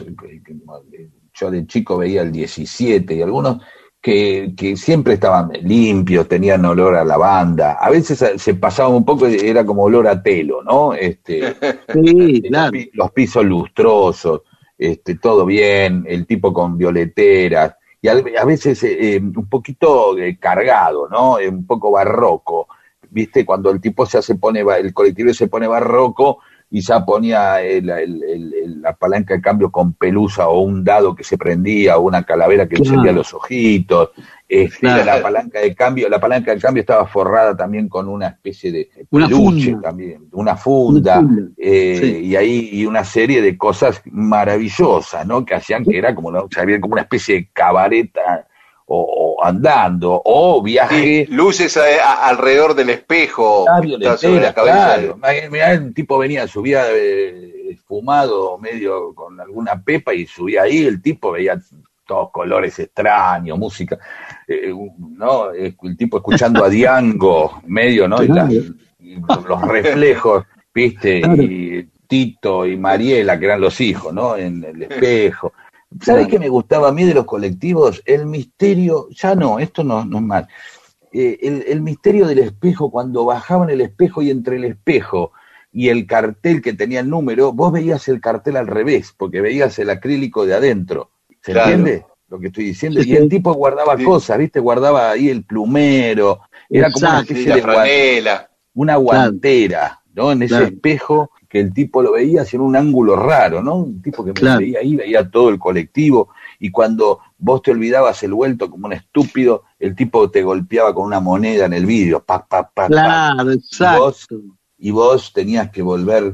yo de chico veía el 17 y algunos que siempre estaban limpios, tenían olor a lavanda, a veces se pasaban un poco, era como olor a telo, ¿no? Sí, claro. Los pisos lustrosos, todo bien, el tipo con violeteras, y a veces un poquito cargado, ¿no? Un poco barroco, ¿viste? Cuando el tipo el colectivo se pone barroco, y ya ponía la palanca de cambio con pelusa o un dado que se prendía o una calavera que encendía los ojitos. La palanca de cambio estaba forrada también con una especie de peluche también, una funda, sí. Y una serie de cosas maravillosas, ¿no? Que hacían que era como una especie de cabareta o andando, o viaje. Sí, luces alrededor del espejo. Sobre la cabeza. Claro. Mirá, el tipo subía fumado, medio con alguna pepa, y subía ahí, el tipo veía todos colores extraños, música, ¿no? El tipo escuchando a Diango, medio, ¿no? Claro. Y los reflejos, ¿viste? Claro. Y Tito y Mariela, que eran los hijos, ¿no? En el espejo. ¿Sabés qué me gustaba a mí de los colectivos? El misterio, esto no es mal. El misterio del espejo, cuando bajaban el espejo y entre el espejo y el cartel que tenía el número, vos veías el cartel al revés, porque veías el acrílico de adentro. ¿Se entiende lo que estoy diciendo? Sí. Y el tipo guardaba cosas, ¿viste? Guardaba ahí el plumero, era como una especie de franela. Una guantera, ¿no? En ese espejo que el tipo lo veía en un ángulo raro, ¿no? Un tipo que me veía ahí, veía todo el colectivo, y cuando vos te olvidabas el vuelto como un estúpido, el tipo te golpeaba con una moneda en el vidrio, Claro, exacto. Y vos tenías que volver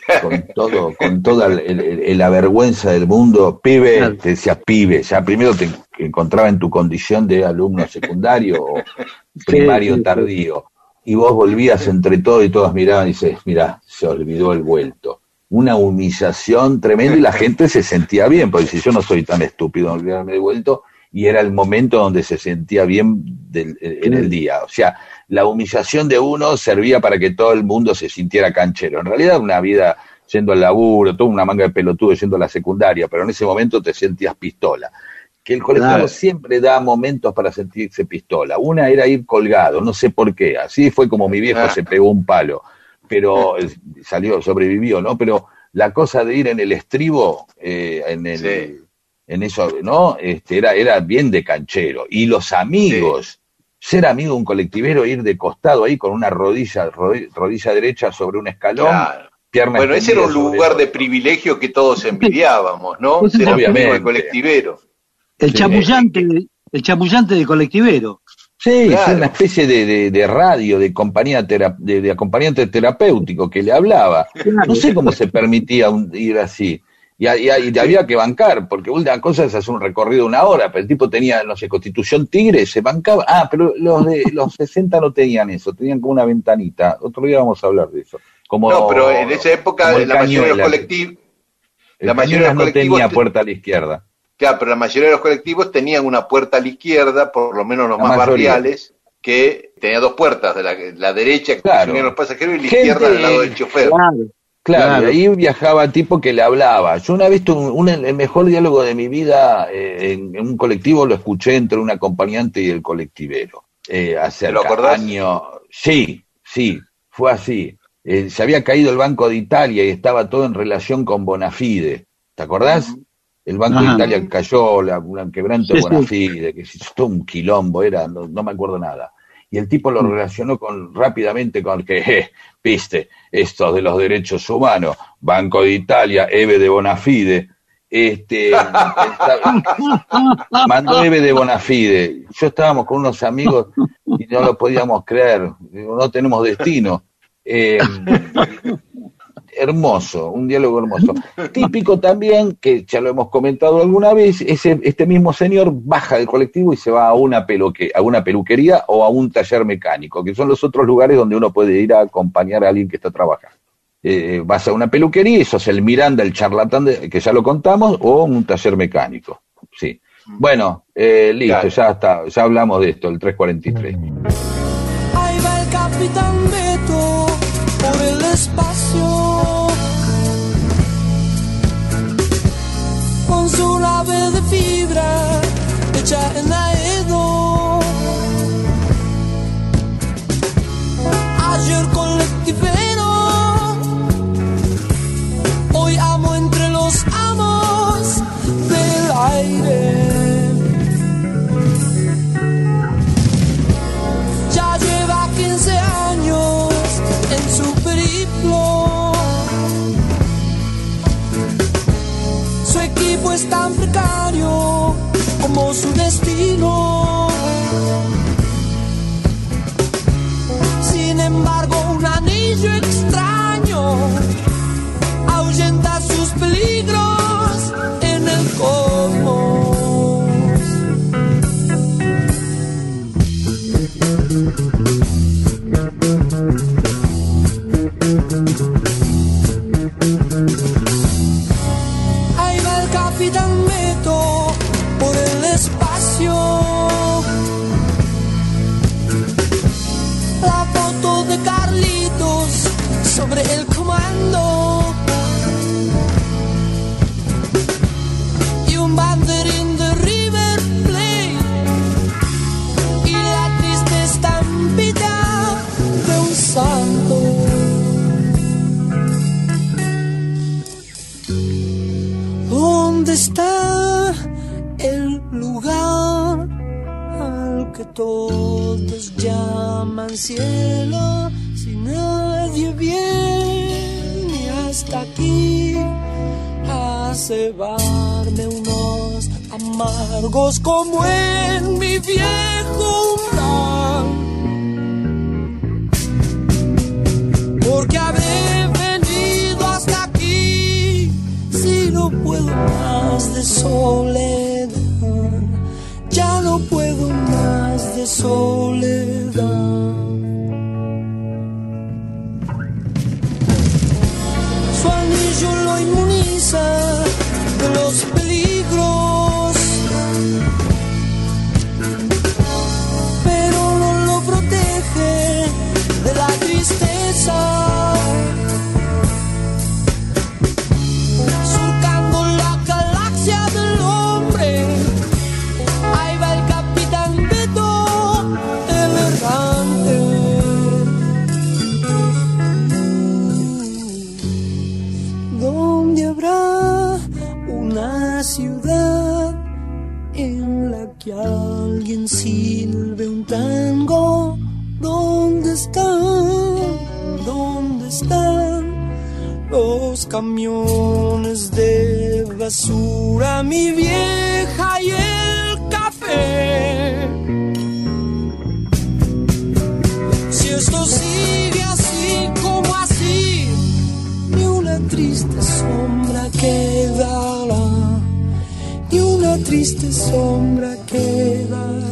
con toda la vergüenza del mundo, pibe, te decía pibe, ya primero te encontraba en tu condición de alumno secundario o primario tardío. Y vos volvías entre todos y todos miraban y dices, mirá, se olvidó el vuelto. Una humillación tremenda, y la gente se sentía bien, porque si yo no soy tan estúpido de olvidarme el vuelto, y era el momento donde se sentía bien en el día. O sea, la humillación de uno servía para que todo el mundo se sintiera canchero. En realidad una vida yendo al laburo, toda una manga de pelotudo yendo a la secundaria, pero en ese momento te sentías pistola. Que el colectivo siempre da momentos para sentirse pistola. Una era ir colgado, no sé por qué. Así fue como mi viejo se pegó un palo, pero sobrevivió, ¿no? Pero la cosa de ir en el estribo, en eso, ¿no? Era bien de canchero. Y los amigos, ser amigo de un colectivero, ir de costado ahí con una rodilla derecha sobre un escalón, pierna. Bueno, ese era un lugar de privilegio que todos envidiábamos, ¿no? Ser amigo del colectivero. El chamullante de colectivero. Sí, claro. Es una especie de radio, de compañía de acompañante terapéutico que le hablaba. Claro. No sé cómo se permitía ir así. Y había que bancar, porque una cosa es hacer un recorrido de 1 hora, pero el tipo tenía, no sé, Constitución Tigre, se bancaba. Ah, pero los de los 60 no tenían eso, tenían como una ventanita. Otro día vamos a hablar de eso. No, pero en esa época la mayoría de los colectivos... La mayoría de los colectivos no tenía puerta a la izquierda. Claro, pero la mayoría de los colectivos tenían una puerta a la izquierda, por lo menos los más barriales, que tenía 2 puertas, la derecha que unían los pasajeros y la izquierda del lado del chofer. Claro, y ahí viajaba tipo que le hablaba. Yo una vez el mejor diálogo de mi vida en un colectivo lo escuché entre un acompañante y el colectivero. Hace años. Sí, fue así. Se había caído el Banco de Italia y estaba todo en relación con Bonafide. ¿Te acordás? El Banco de Italia cayó, un quebranto de Bonafide, que es todo un quilombo, no me acuerdo nada. Y el tipo lo relacionó rápidamente con que, viste, esto de los derechos humanos, Banco de Italia, Eve de Bonafide, mandó Eve de Bonafide. Yo estábamos con unos amigos y no lo podíamos creer, no tenemos destino. Hermoso, un diálogo hermoso. Típico también, que ya lo hemos comentado alguna vez, este mismo señor baja del colectivo y se va a una peluquería o a un taller mecánico, que son los otros lugares donde uno puede ir a acompañar a alguien que está trabajando. Vas a una peluquería y sos el Miranda, el charlatán, que ya lo contamos, o un taller mecánico. Sí. Bueno, listo, ya está, ya hablamos de esto, el 343. Ahí va el Capitán Beto por el espacio. Con su nave de fibra hecha en Aedo. Ayer colectivero, hoy amo entre los amos del aire. Ya lleva 15 años en su periplo. Su equipo es tan precario como su destino. Sin embargo, un anillo extraño ahuyenta sus peligros en el cosmos. Ahí va el Capitán Beto por el espacio. La foto de Carlitos sobre el comando y un banderín de River Plate y la triste estampita de un santo. ¿Dónde está el lugar al que todos llaman cielo? Si nadie viene hasta aquí a cebarme unos amargos como en mi viejo umbral, porque habré venido hasta aquí si no puedo más de soledad. Ya no puedo más de soledad. Su anillo lo inmuniza de los peligros, pero no lo protege de la tristeza. Surcando la galaxia del hombre, ahí va el Capitán Beto, el errante. ¿Dónde habrá una ciudad en la que alguien silbe un tango? ¿Dónde están los camiones de basura, mi vieja y el café. Si esto sigue así como así, ni una triste sombra quedará, ni una triste sombra quedará.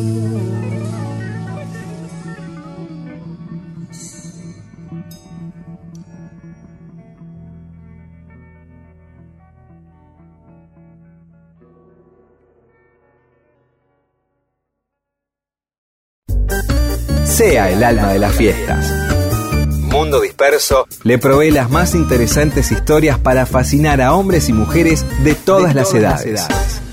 Sea el alma de las fiestas. Mundo Disperso le provee las más interesantes historias para fascinar a hombres y mujeres de todas las edades.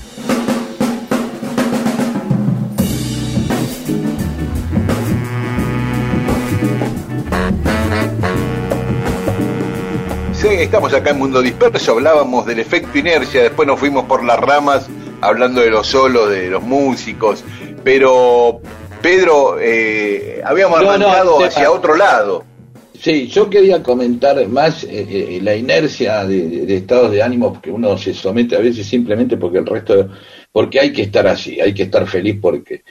Sí, estamos acá en Mundo Disperso, hablábamos del efecto inercia, después nos fuimos por las ramas hablando de los solos, de los músicos, pero Pedro, habíamos arrancado hacia otro lado. Sí, yo quería comentar más la inercia de estados de ánimo que uno se somete a veces simplemente porque hay que estar así, hay que estar feliz porque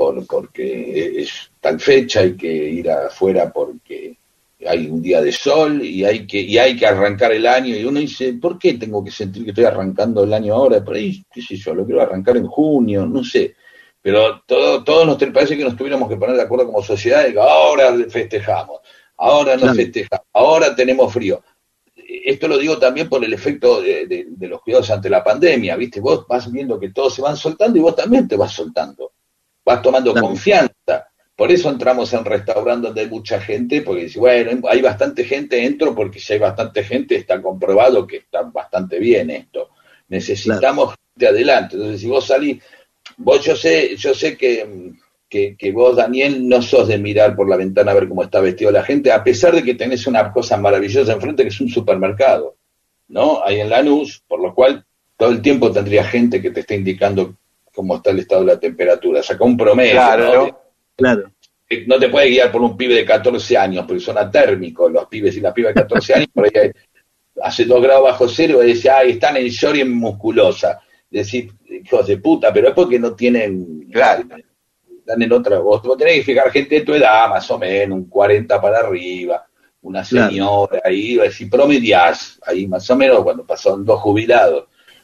es tal fecha, hay que ir afuera porque hay un día de sol y hay que arrancar el año, y uno dice, ¿por qué tengo que sentir que estoy arrancando el año ahora? Por ahí, qué sé yo, lo quiero arrancar en junio, no sé. Pero todos nos parece que nos tuviéramos que poner de acuerdo como sociedad y que ahora festejamos, ahora no festejamos, ahora tenemos frío. Esto lo digo también por el efecto de los cuidados ante la pandemia, ¿viste? Vos vas viendo que todos se van soltando y vos también te vas soltando, vas tomando confianza. Por eso entramos en restaurantes donde hay mucha gente, porque dice, bueno, hay bastante gente, entro porque si hay bastante gente está comprobado que está bastante bien esto. Necesitamos gente adelante. Entonces, si vos salís, yo sé que vos, Daniel, no sos de mirar por la ventana a ver cómo está vestido la gente, a pesar de que tenés una cosa maravillosa enfrente que es un supermercado, ¿no? Ahí en Lanús, por lo cual todo el tiempo tendría gente que te está indicando cómo está el estado de la temperatura. Saca un promedio, claro, ¿no? Claro. No te puedes guiar por un pibe de 14 años, porque son atérmicos los pibes y las pibas de 14 años, por ahí hace 2 grados bajo cero y dice, están en short y en musculosa. Decir, hijos de puta, pero es porque no tienen, claro, están en otra, vos tenés que fijar gente de tu edad, más o menos, un 40 para arriba, una señora, ahí, decir, promediás, ahí más o menos, cuando pasaron 2 jubilados,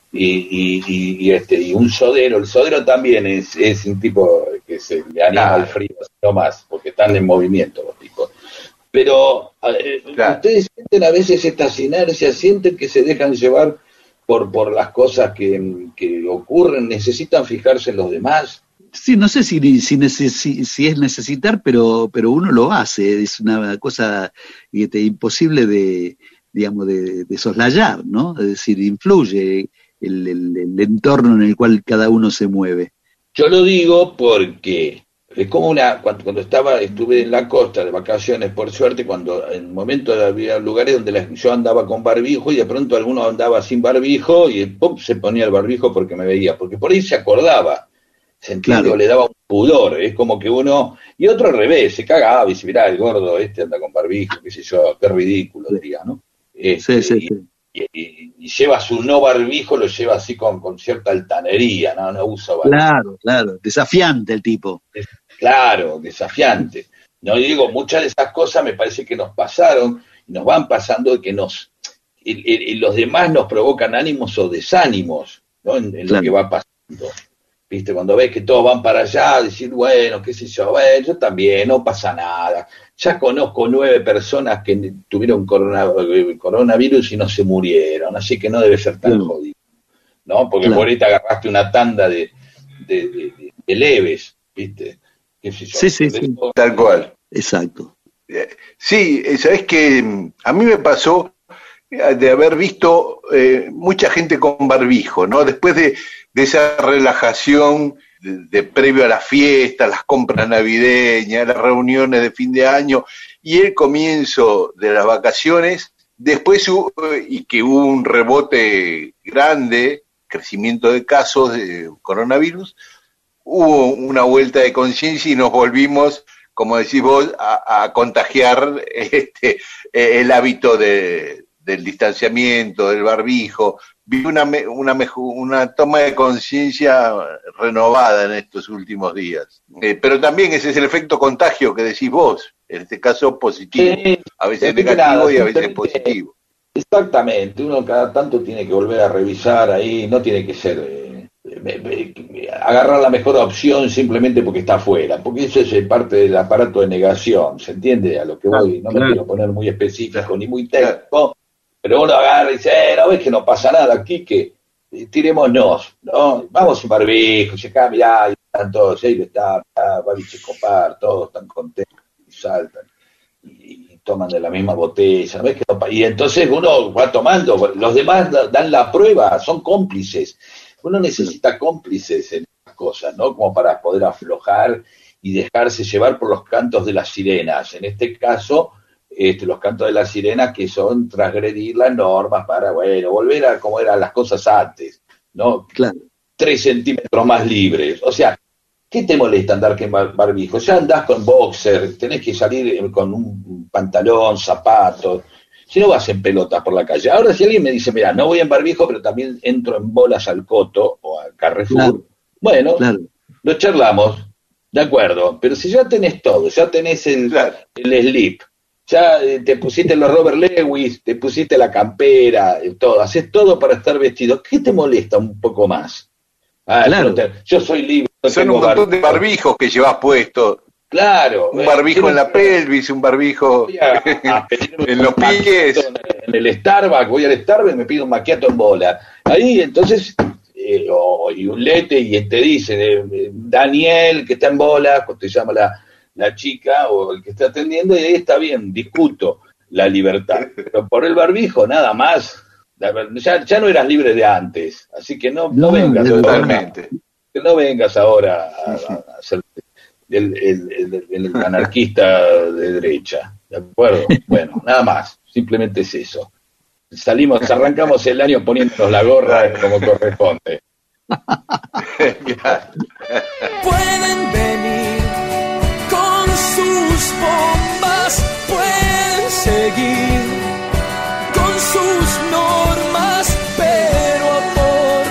y un sodero, el sodero también es un tipo que se le anima al frío, no más, porque están en movimiento los tipos. Pero ustedes sienten a veces estas inercias, sienten que se dejan llevar por las cosas que ocurren, necesitan fijarse en los demás. Sí, no sé si es necesitar, pero uno lo hace, es una cosa imposible de soslayar, ¿no? Es decir, influye el entorno en el cual cada uno se mueve. Yo lo digo porque es como cuando estuve en la costa de vacaciones, por suerte, cuando en el momento había lugares donde yo andaba con barbijo y de pronto alguno andaba sin barbijo y ¡pum! Se ponía el barbijo porque me veía, porque por ahí se acordaba, se entiende, o le daba un pudor, es como que uno, y otro al revés, se cagaba y dice, mirá, el gordo anda con barbijo, qué sé yo, qué ridículo, diría, ¿no? Sí. Y lleva su no barbijo, lo lleva así con cierta altanería, no usa barbijo. Claro, desafiante el tipo. Claro, desafiante. No digo, muchas de esas cosas me parece que nos pasaron, nos van pasando, que los demás nos provocan ánimos o desánimos, ¿no? En lo que va pasando. ¿Viste? Cuando ves que todos van para allá, decir, bueno, qué sé yo, yo también, no pasa nada. Ya conozco 9 personas que tuvieron coronavirus y no se murieron, así que no debe ser tan jodido, ¿no? Porque por ahí te agarraste una tanda de leves, ¿viste? ¿Qué sé yo? Sí. Tal cual. Exacto. Sí, sabés que a mí me pasó de haber visto mucha gente con barbijo, ¿no? Después de esa relajación de previo a la fiesta, las compras navideñas, las reuniones de fin de año y el comienzo de las vacaciones, después y que hubo un rebote grande, crecimiento de casos de coronavirus, hubo una vuelta de conciencia y nos volvimos, como decís vos, a contagiar el hábito de del distanciamiento, del barbijo, vi una toma de conciencia renovada en estos últimos días. Pero también ese es el efecto contagio que decís vos, en este caso positivo, a veces negativo y a veces positivo. Exactamente, uno cada tanto tiene que volver a revisar ahí, no tiene que ser agarrar la mejor opción simplemente porque está afuera, porque eso es parte del aparato de negación, ¿se entiende a lo que voy? No me quiero poner muy específico ni muy técnico, pero uno agarra y dice, no ves que no pasa nada aquí, que tirémonos, ¿no? Vamos sin barbijo, y acá mirá, y están todos, ahí está, va Copar, todos están contentos y saltan y toman de la misma botella, ¿no ves que no? Y entonces uno va tomando, los demás dan la prueba, son cómplices. Uno necesita cómplices en estas cosas, ¿no? Como para poder aflojar y dejarse llevar por los cantos de las sirenas. En este caso, los cantos de las sirenas que son transgredir las normas para, volver a como eran las cosas antes, ¿no? Claro. 3 centímetros más libres. O sea, ¿qué te molesta andar con barbijo? Ya andás con boxer, tenés que salir con un pantalón, zapatos. Si no vas en pelotas por la calle. Ahora si alguien me dice, mira, no voy en barbijo, pero también entro en bolas al Coto o al Carrefour, lo charlamos, de acuerdo, pero si ya tenés todo, ya tenés el slip, ya te pusiste los Robert Lewis, te pusiste la campera, todo, haces todo para estar vestido, ¿qué te molesta un poco más? Yo soy libre. Son un montón de barbijos que llevas puesto. Claro. Un barbijo en la pelvis, un barbijo en los pies. En el Starbucks, voy al Starbucks y me pido un macchiato en bola. Ahí, entonces, y un lete, y te dice, Daniel, que está en bola, te llama la chica o el que está atendiendo, y ahí está bien, discuto la libertad. Pero por el barbijo, nada más. Ya no eras libre de antes. Así que no vengas. Totalmente. Que no vengas ahora a hacer el anarquista de derecha, ¿de acuerdo? Bueno, nada más, simplemente es eso. Arrancamos el año poniéndonos la gorra como corresponde. Pueden venir con sus bombas, pueden seguir con sus normas, pero amor,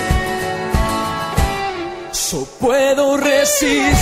yo puedo resistir.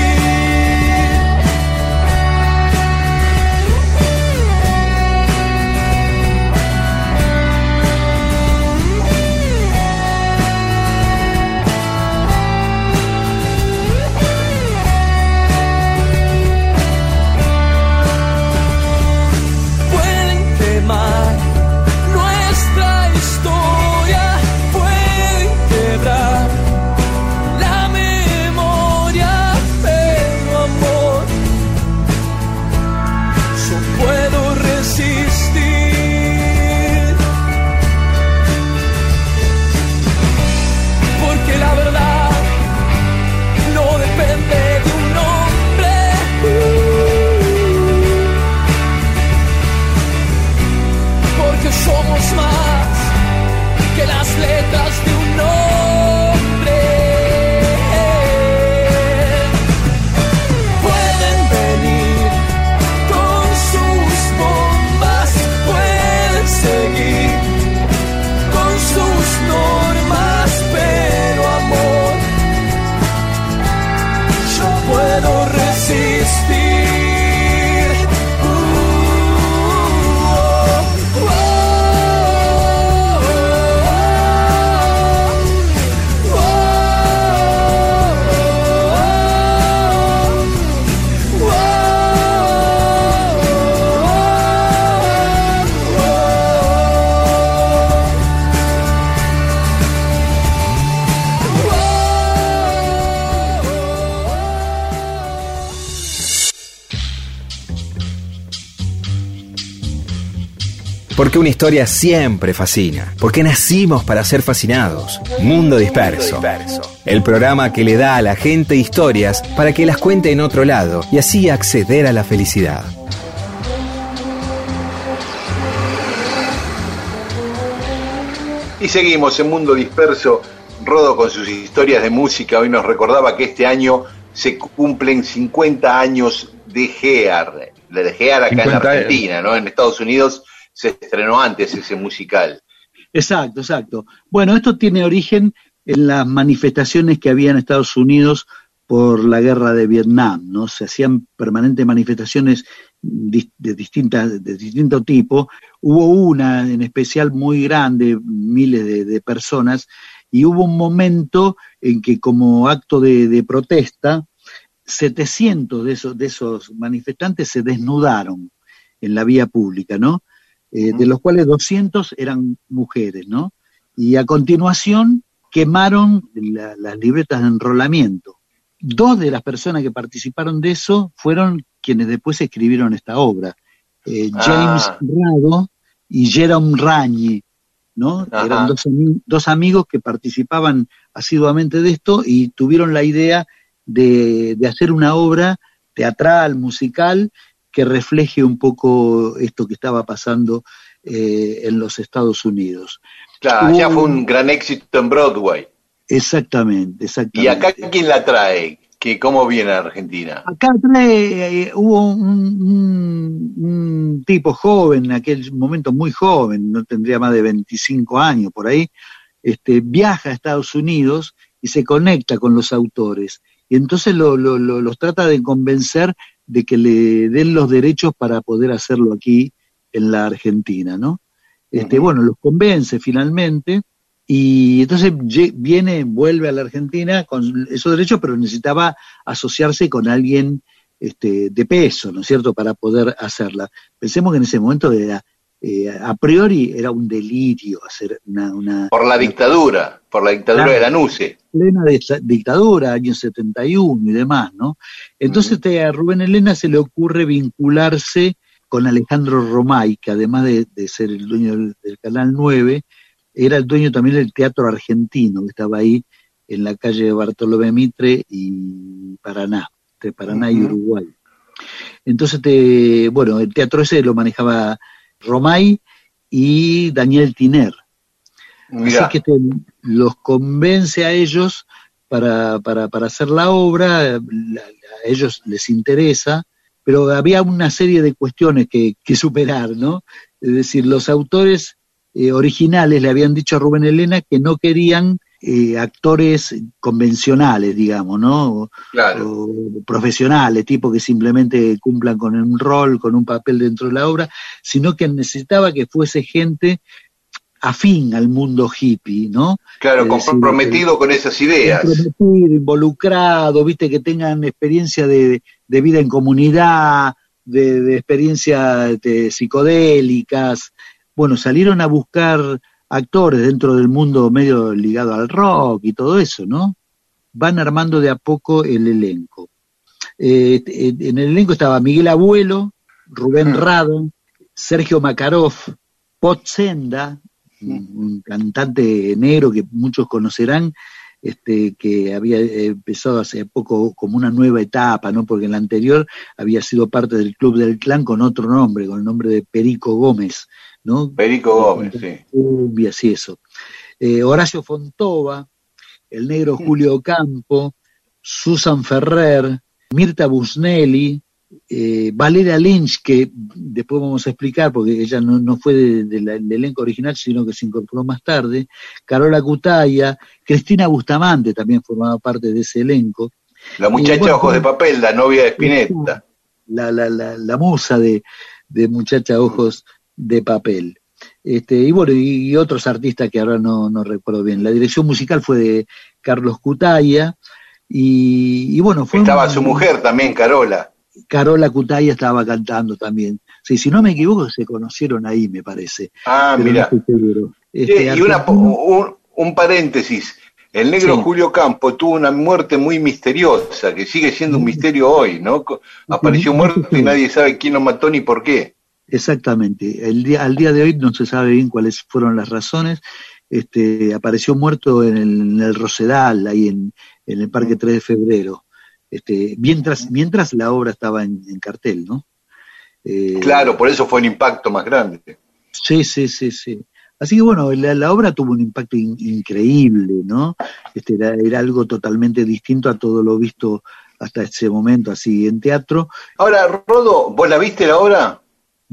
Porque una historia siempre fascina. Porque nacimos para ser fascinados. Mundo Disperso. El programa que le da a la gente historias para que las cuente en otro lado y así acceder a la felicidad. Y seguimos en Mundo Disperso. Rodo con sus historias de música hoy nos recordaba que este año se cumplen 50 años de GEAR. De GEAR acá en la Argentina, ¿no? En Estados Unidos se estrenó antes ese musical. Exacto. Bueno, esto tiene origen en las manifestaciones que había en Estados Unidos por la guerra de Vietnam, ¿no? Se hacían permanentes manifestaciones de distinto tipo. Hubo una en especial muy grande, miles de personas, y hubo un momento en que como acto de protesta, 700 de esos manifestantes se desnudaron en la vía pública, ¿no? De los cuales 200 eran mujeres, ¿no? Y a continuación quemaron las libretas de enrolamiento. 2 de las personas que participaron de eso fueron quienes después escribieron esta obra, James Rado y Jerome Ragni, ¿no? Ajá. Eran dos amigos que participaban asiduamente de esto y tuvieron la idea de hacer una obra teatral, musical, que refleje un poco esto que estaba pasando en los Estados Unidos. Claro, ya fue un gran éxito en Broadway. Exactamente. ¿Y acá quién la trae? ¿Cómo viene a Argentina? Acá hubo un tipo joven, en aquel momento muy joven, no tendría más de 25 años por ahí, viaja a Estados Unidos y se conecta con los autores. Y entonces los trata de convencer de que le den los derechos para poder hacerlo aquí en la Argentina, ¿no? Bueno, los convence finalmente. Y entonces vuelve a la Argentina con esos derechos, pero necesitaba asociarse con alguien de peso, ¿no es cierto?, para poder hacerla. Pensemos que en ese momento a priori era un delirio hacer una por la dictadura de la NUCE. Plena dictadura, año 71 y demás, ¿no? Entonces a Rubén Helena se le ocurre vincularse con Alejandro Romay, que además de ser el dueño del Canal 9, era el dueño también del Teatro Argentino, que estaba ahí en la calle Bartolomé Mitre y Paraná, entre Paraná y Uruguay. Entonces, el teatro ese lo manejaba Romay y Daniel Tiner. Mirá. Así que los convence a ellos para hacer la obra, a ellos les interesa, pero había una serie de cuestiones que superar, ¿no? Es decir, los autores originales le habían dicho a Rubén Helena que no querían actores convencionales, digamos, ¿no? Claro. O profesionales, tipo que simplemente cumplan con un rol, con un papel dentro de la obra, sino que necesitaba que fuese gente afín al mundo hippie, ¿no? Claro, comprometido con esas ideas. Comprometido, involucrado, viste, que tengan experiencia de vida en comunidad, de experiencias psicodélicas. Bueno, salieron a buscar actores dentro del mundo medio ligado al rock y todo eso, ¿no? Van armando de a poco el elenco. En el elenco estaba Miguel Abuelo, Rubén Rado, Sergio Makarov, Potsenda, un cantante negro que muchos conocerán, que había empezado hace poco como una nueva etapa, ¿no? Porque en la anterior había sido parte del Club del Clan con otro nombre, con el nombre de Perico Gómez, ¿no? Perico Gómez, sí. Y así eso. Horacio Fontova, el negro Julio Campo, Susan Ferrer, Mirta Busnelli, Valeria Lynch, que después vamos a explicar porque ella no fue del elenco original, sino que se incorporó más tarde, Carola Cutaya, Cristina Bustamante también formaba parte de ese elenco. La muchacha Ojos de Papel, la novia de Spinetta. La musa de Muchacha Ojos de Papel. Y otros artistas que ahora no recuerdo bien. La dirección musical fue de Carlos Cutaya y bueno, estaba su mujer también, Carola Cutaya estaba cantando también. Sí, si no me equivoco, se conocieron ahí, me parece. Mira. No, y un paréntesis. El negro Julio Campo tuvo una muerte muy misteriosa, que sigue siendo un misterio hoy, ¿no? Apareció muerto y nadie sabe quién lo mató ni por qué. Exactamente. Al día de hoy no se sabe bien cuáles fueron las razones. Apareció muerto en el Rosedal, ahí en el Parque 3 de Febrero. Mientras la obra estaba en cartel, ¿no? Claro, por eso fue un impacto más grande. Sí. Así que bueno, la obra tuvo un impacto increíble, ¿no? Era algo totalmente distinto a todo lo visto hasta ese momento, así en teatro. Ahora, Rodo, ¿vos la viste la obra?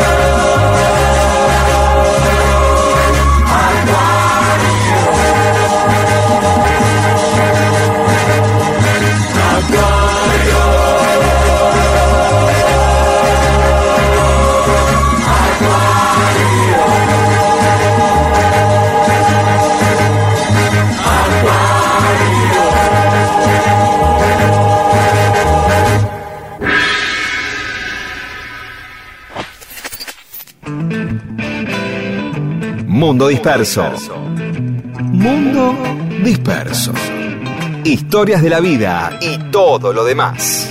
Mundo Disperso. Mundo Disperso. Historias de la vida y todo lo demás.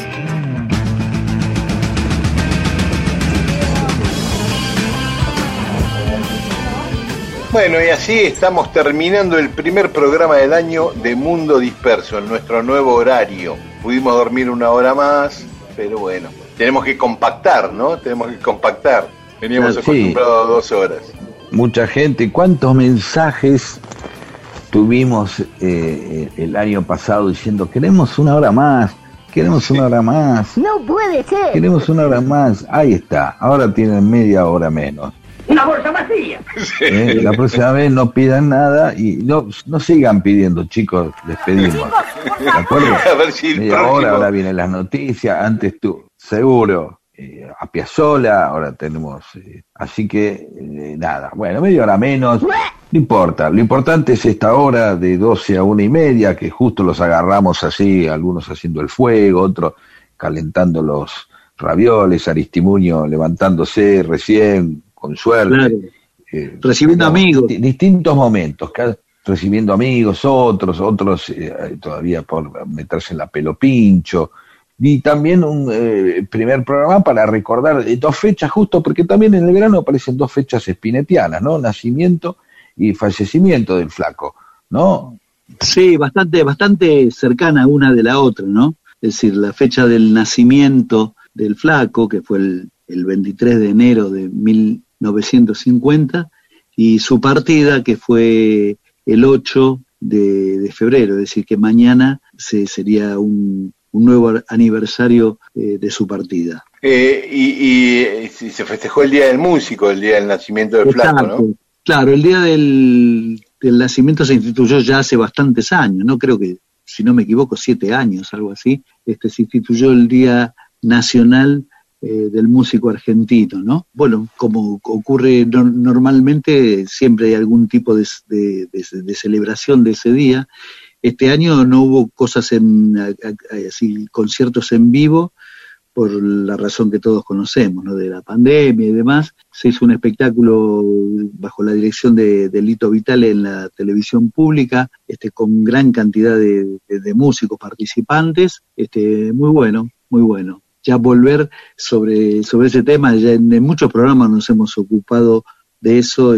Bueno, y así estamos terminando el primer programa del año de Mundo Disperso, en nuestro nuevo horario. Pudimos dormir una hora más, pero bueno, tenemos que compactar, ¿no? Veníamos acostumbrados a 2 horas. Mucha gente, ¿cuántos mensajes tuvimos el año pasado diciendo queremos una hora más? No puede ser. Queremos una hora más. Ahí está, ahora tienen media hora menos. Una bolsa vacía. La próxima vez no pidan nada y no sigan pidiendo, chicos, les pedimos. ¿De acuerdo? A ver si media hora, ahora vienen las noticias, antes tú, seguro, a Piazzolla, ahora tenemos, así que nada, bueno, media hora menos, no importa, lo importante es esta hora de 12 a 1:30, que justo los agarramos así, algunos haciendo el fuego, otros calentando los ravioles, Aristimuño levantándose recién, con suerte. Claro. Recibiendo amigos. Distintos momentos, recibiendo amigos, otros todavía por meterse en la pelo pincho. Y también un primer programa para recordar 2 fechas justo, porque también en el verano aparecen 2 fechas spinettianas, ¿no? Nacimiento y fallecimiento del Flaco, ¿no? Sí, bastante cercana una de la otra, ¿no? Es decir, la fecha del nacimiento del Flaco, que fue el 23 de enero de 1950, y su partida, que fue el 8 de febrero, es decir, que mañana sería un nuevo aniversario de su partida. Y se festejó el Día del Músico, el Día del Nacimiento del Flaco, ¿no? Claro, el Día del Nacimiento se instituyó ya hace bastantes años, ¿no? Creo que, si no me equivoco, 7 años, algo así. Se instituyó el Día Nacional del Músico Argentino, ¿no? Bueno, como ocurre normalmente, siempre hay algún tipo de celebración de ese día. Este año no hubo cosas así, conciertos en vivo, por la razón que todos conocemos, ¿no? De la pandemia y demás. Se hizo un espectáculo bajo la dirección de Lito Vitale en la televisión pública, con gran cantidad de músicos participantes, muy bueno. Ya volver sobre ese tema, ya en muchos programas nos hemos ocupado de eso.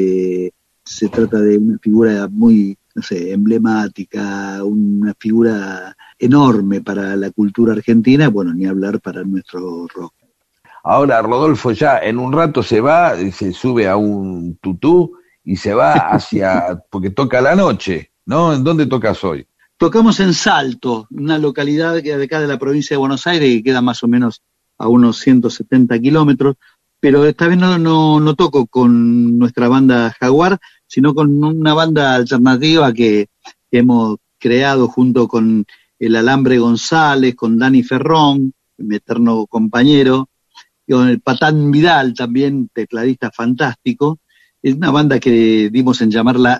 Se trata de una figura muy, emblemática, una figura enorme para la cultura argentina, bueno, ni hablar para nuestro rock. Ahora Rodolfo ya en un rato se va, se sube a un tutú y se va porque toca la noche, ¿no? ¿En dónde tocas hoy? Tocamos en Salto, una localidad de acá de la provincia de Buenos Aires, que queda más o menos a unos 170 kilómetros, pero esta vez no toco con nuestra banda Jaguar, sino con una banda alternativa que hemos creado junto con el Alambre González, con Dani Ferrón, mi eterno compañero, y con el Patán Vidal, también tecladista fantástico. Es una banda que dimos en llamarla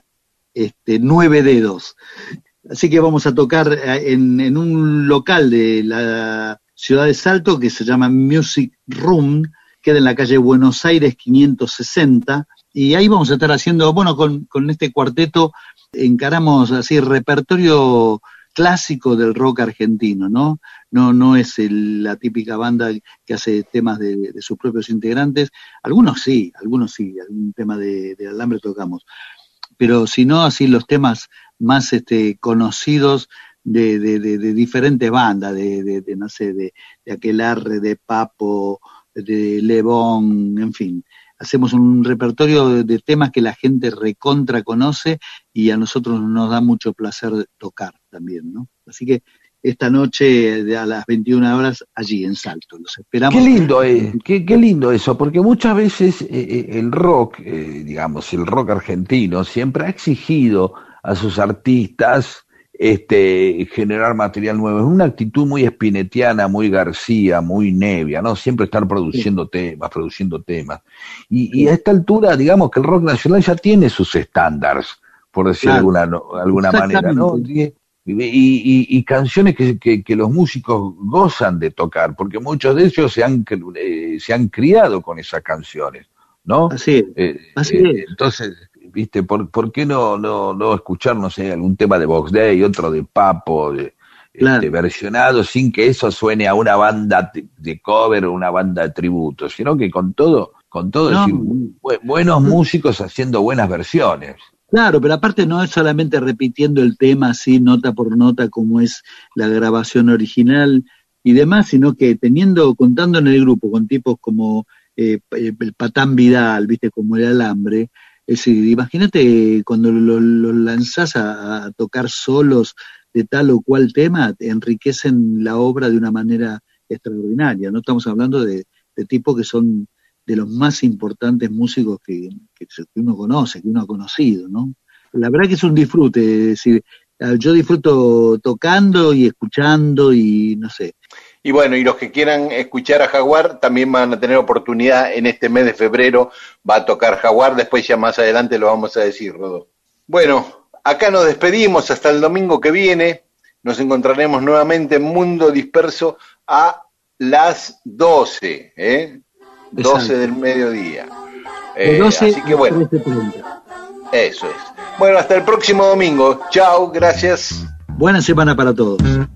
9 Dedos. Así que vamos a tocar en un local de la ciudad de Salto que se llama Music Room, queda en la calle Buenos Aires 560, y ahí vamos a estar haciendo, bueno, con este cuarteto encaramos así repertorio clásico del rock argentino, ¿no? No es la típica banda que hace temas de sus propios integrantes, algunos sí, algún tema de Alambre tocamos, pero si no, así los temas más conocidos de diferentes bandas, no sé, de Aquelarre, de Papo, de Lebón, en fin. Hacemos un repertorio de temas que la gente recontra conoce y a nosotros nos da mucho placer tocar también, ¿no? Así que esta noche a las 21 horas allí en Salto, los esperamos. Qué lindo qué lindo eso, porque muchas veces el rock, digamos, el rock argentino siempre ha exigido a sus artistas generar material nuevo. Es una actitud muy spinettiana, muy García, muy Nevia, ¿no? Siempre estar produciendo temas. Y a esta altura, digamos que el rock nacional ya tiene sus estándares, por decir de alguna manera, ¿no? Y canciones que los músicos gozan de tocar, porque muchos de ellos se han criado con esas canciones, ¿no? Así es. Entonces, ¿viste? ¿Por qué no escuchar, no sé, algún tema de Box Day, otro de Papo, claro, versionado, sin que eso suene a una banda de cover o una banda de tributo, sino que con todo decir, buenos músicos haciendo buenas versiones. Claro, pero aparte no es solamente repitiendo el tema así nota por nota como es la grabación original y demás, sino que contando en el grupo con tipos como el Patán Vidal, viste, como el Alambre. Es decir, imagínate cuando lo lanzás a tocar solos de tal o cual tema, enriquecen la obra de una manera extraordinaria. No estamos hablando de tipos que son de los más importantes músicos que uno conoce, que uno ha conocido, ¿no? La verdad que es un disfrute, es decir, yo disfruto tocando y escuchando y no sé. Y bueno, y los que quieran escuchar a Jaguar también van a tener oportunidad en este mes de febrero, va a tocar Jaguar, después ya más adelante lo vamos a decir, Rodó. Bueno, acá nos despedimos hasta el domingo que viene, nos encontraremos nuevamente en Mundo Disperso a las 12, 12 del mediodía. 12 así que bueno, 13:30. Eso es. Bueno, hasta el próximo domingo. Chao, gracias. Buena semana para todos.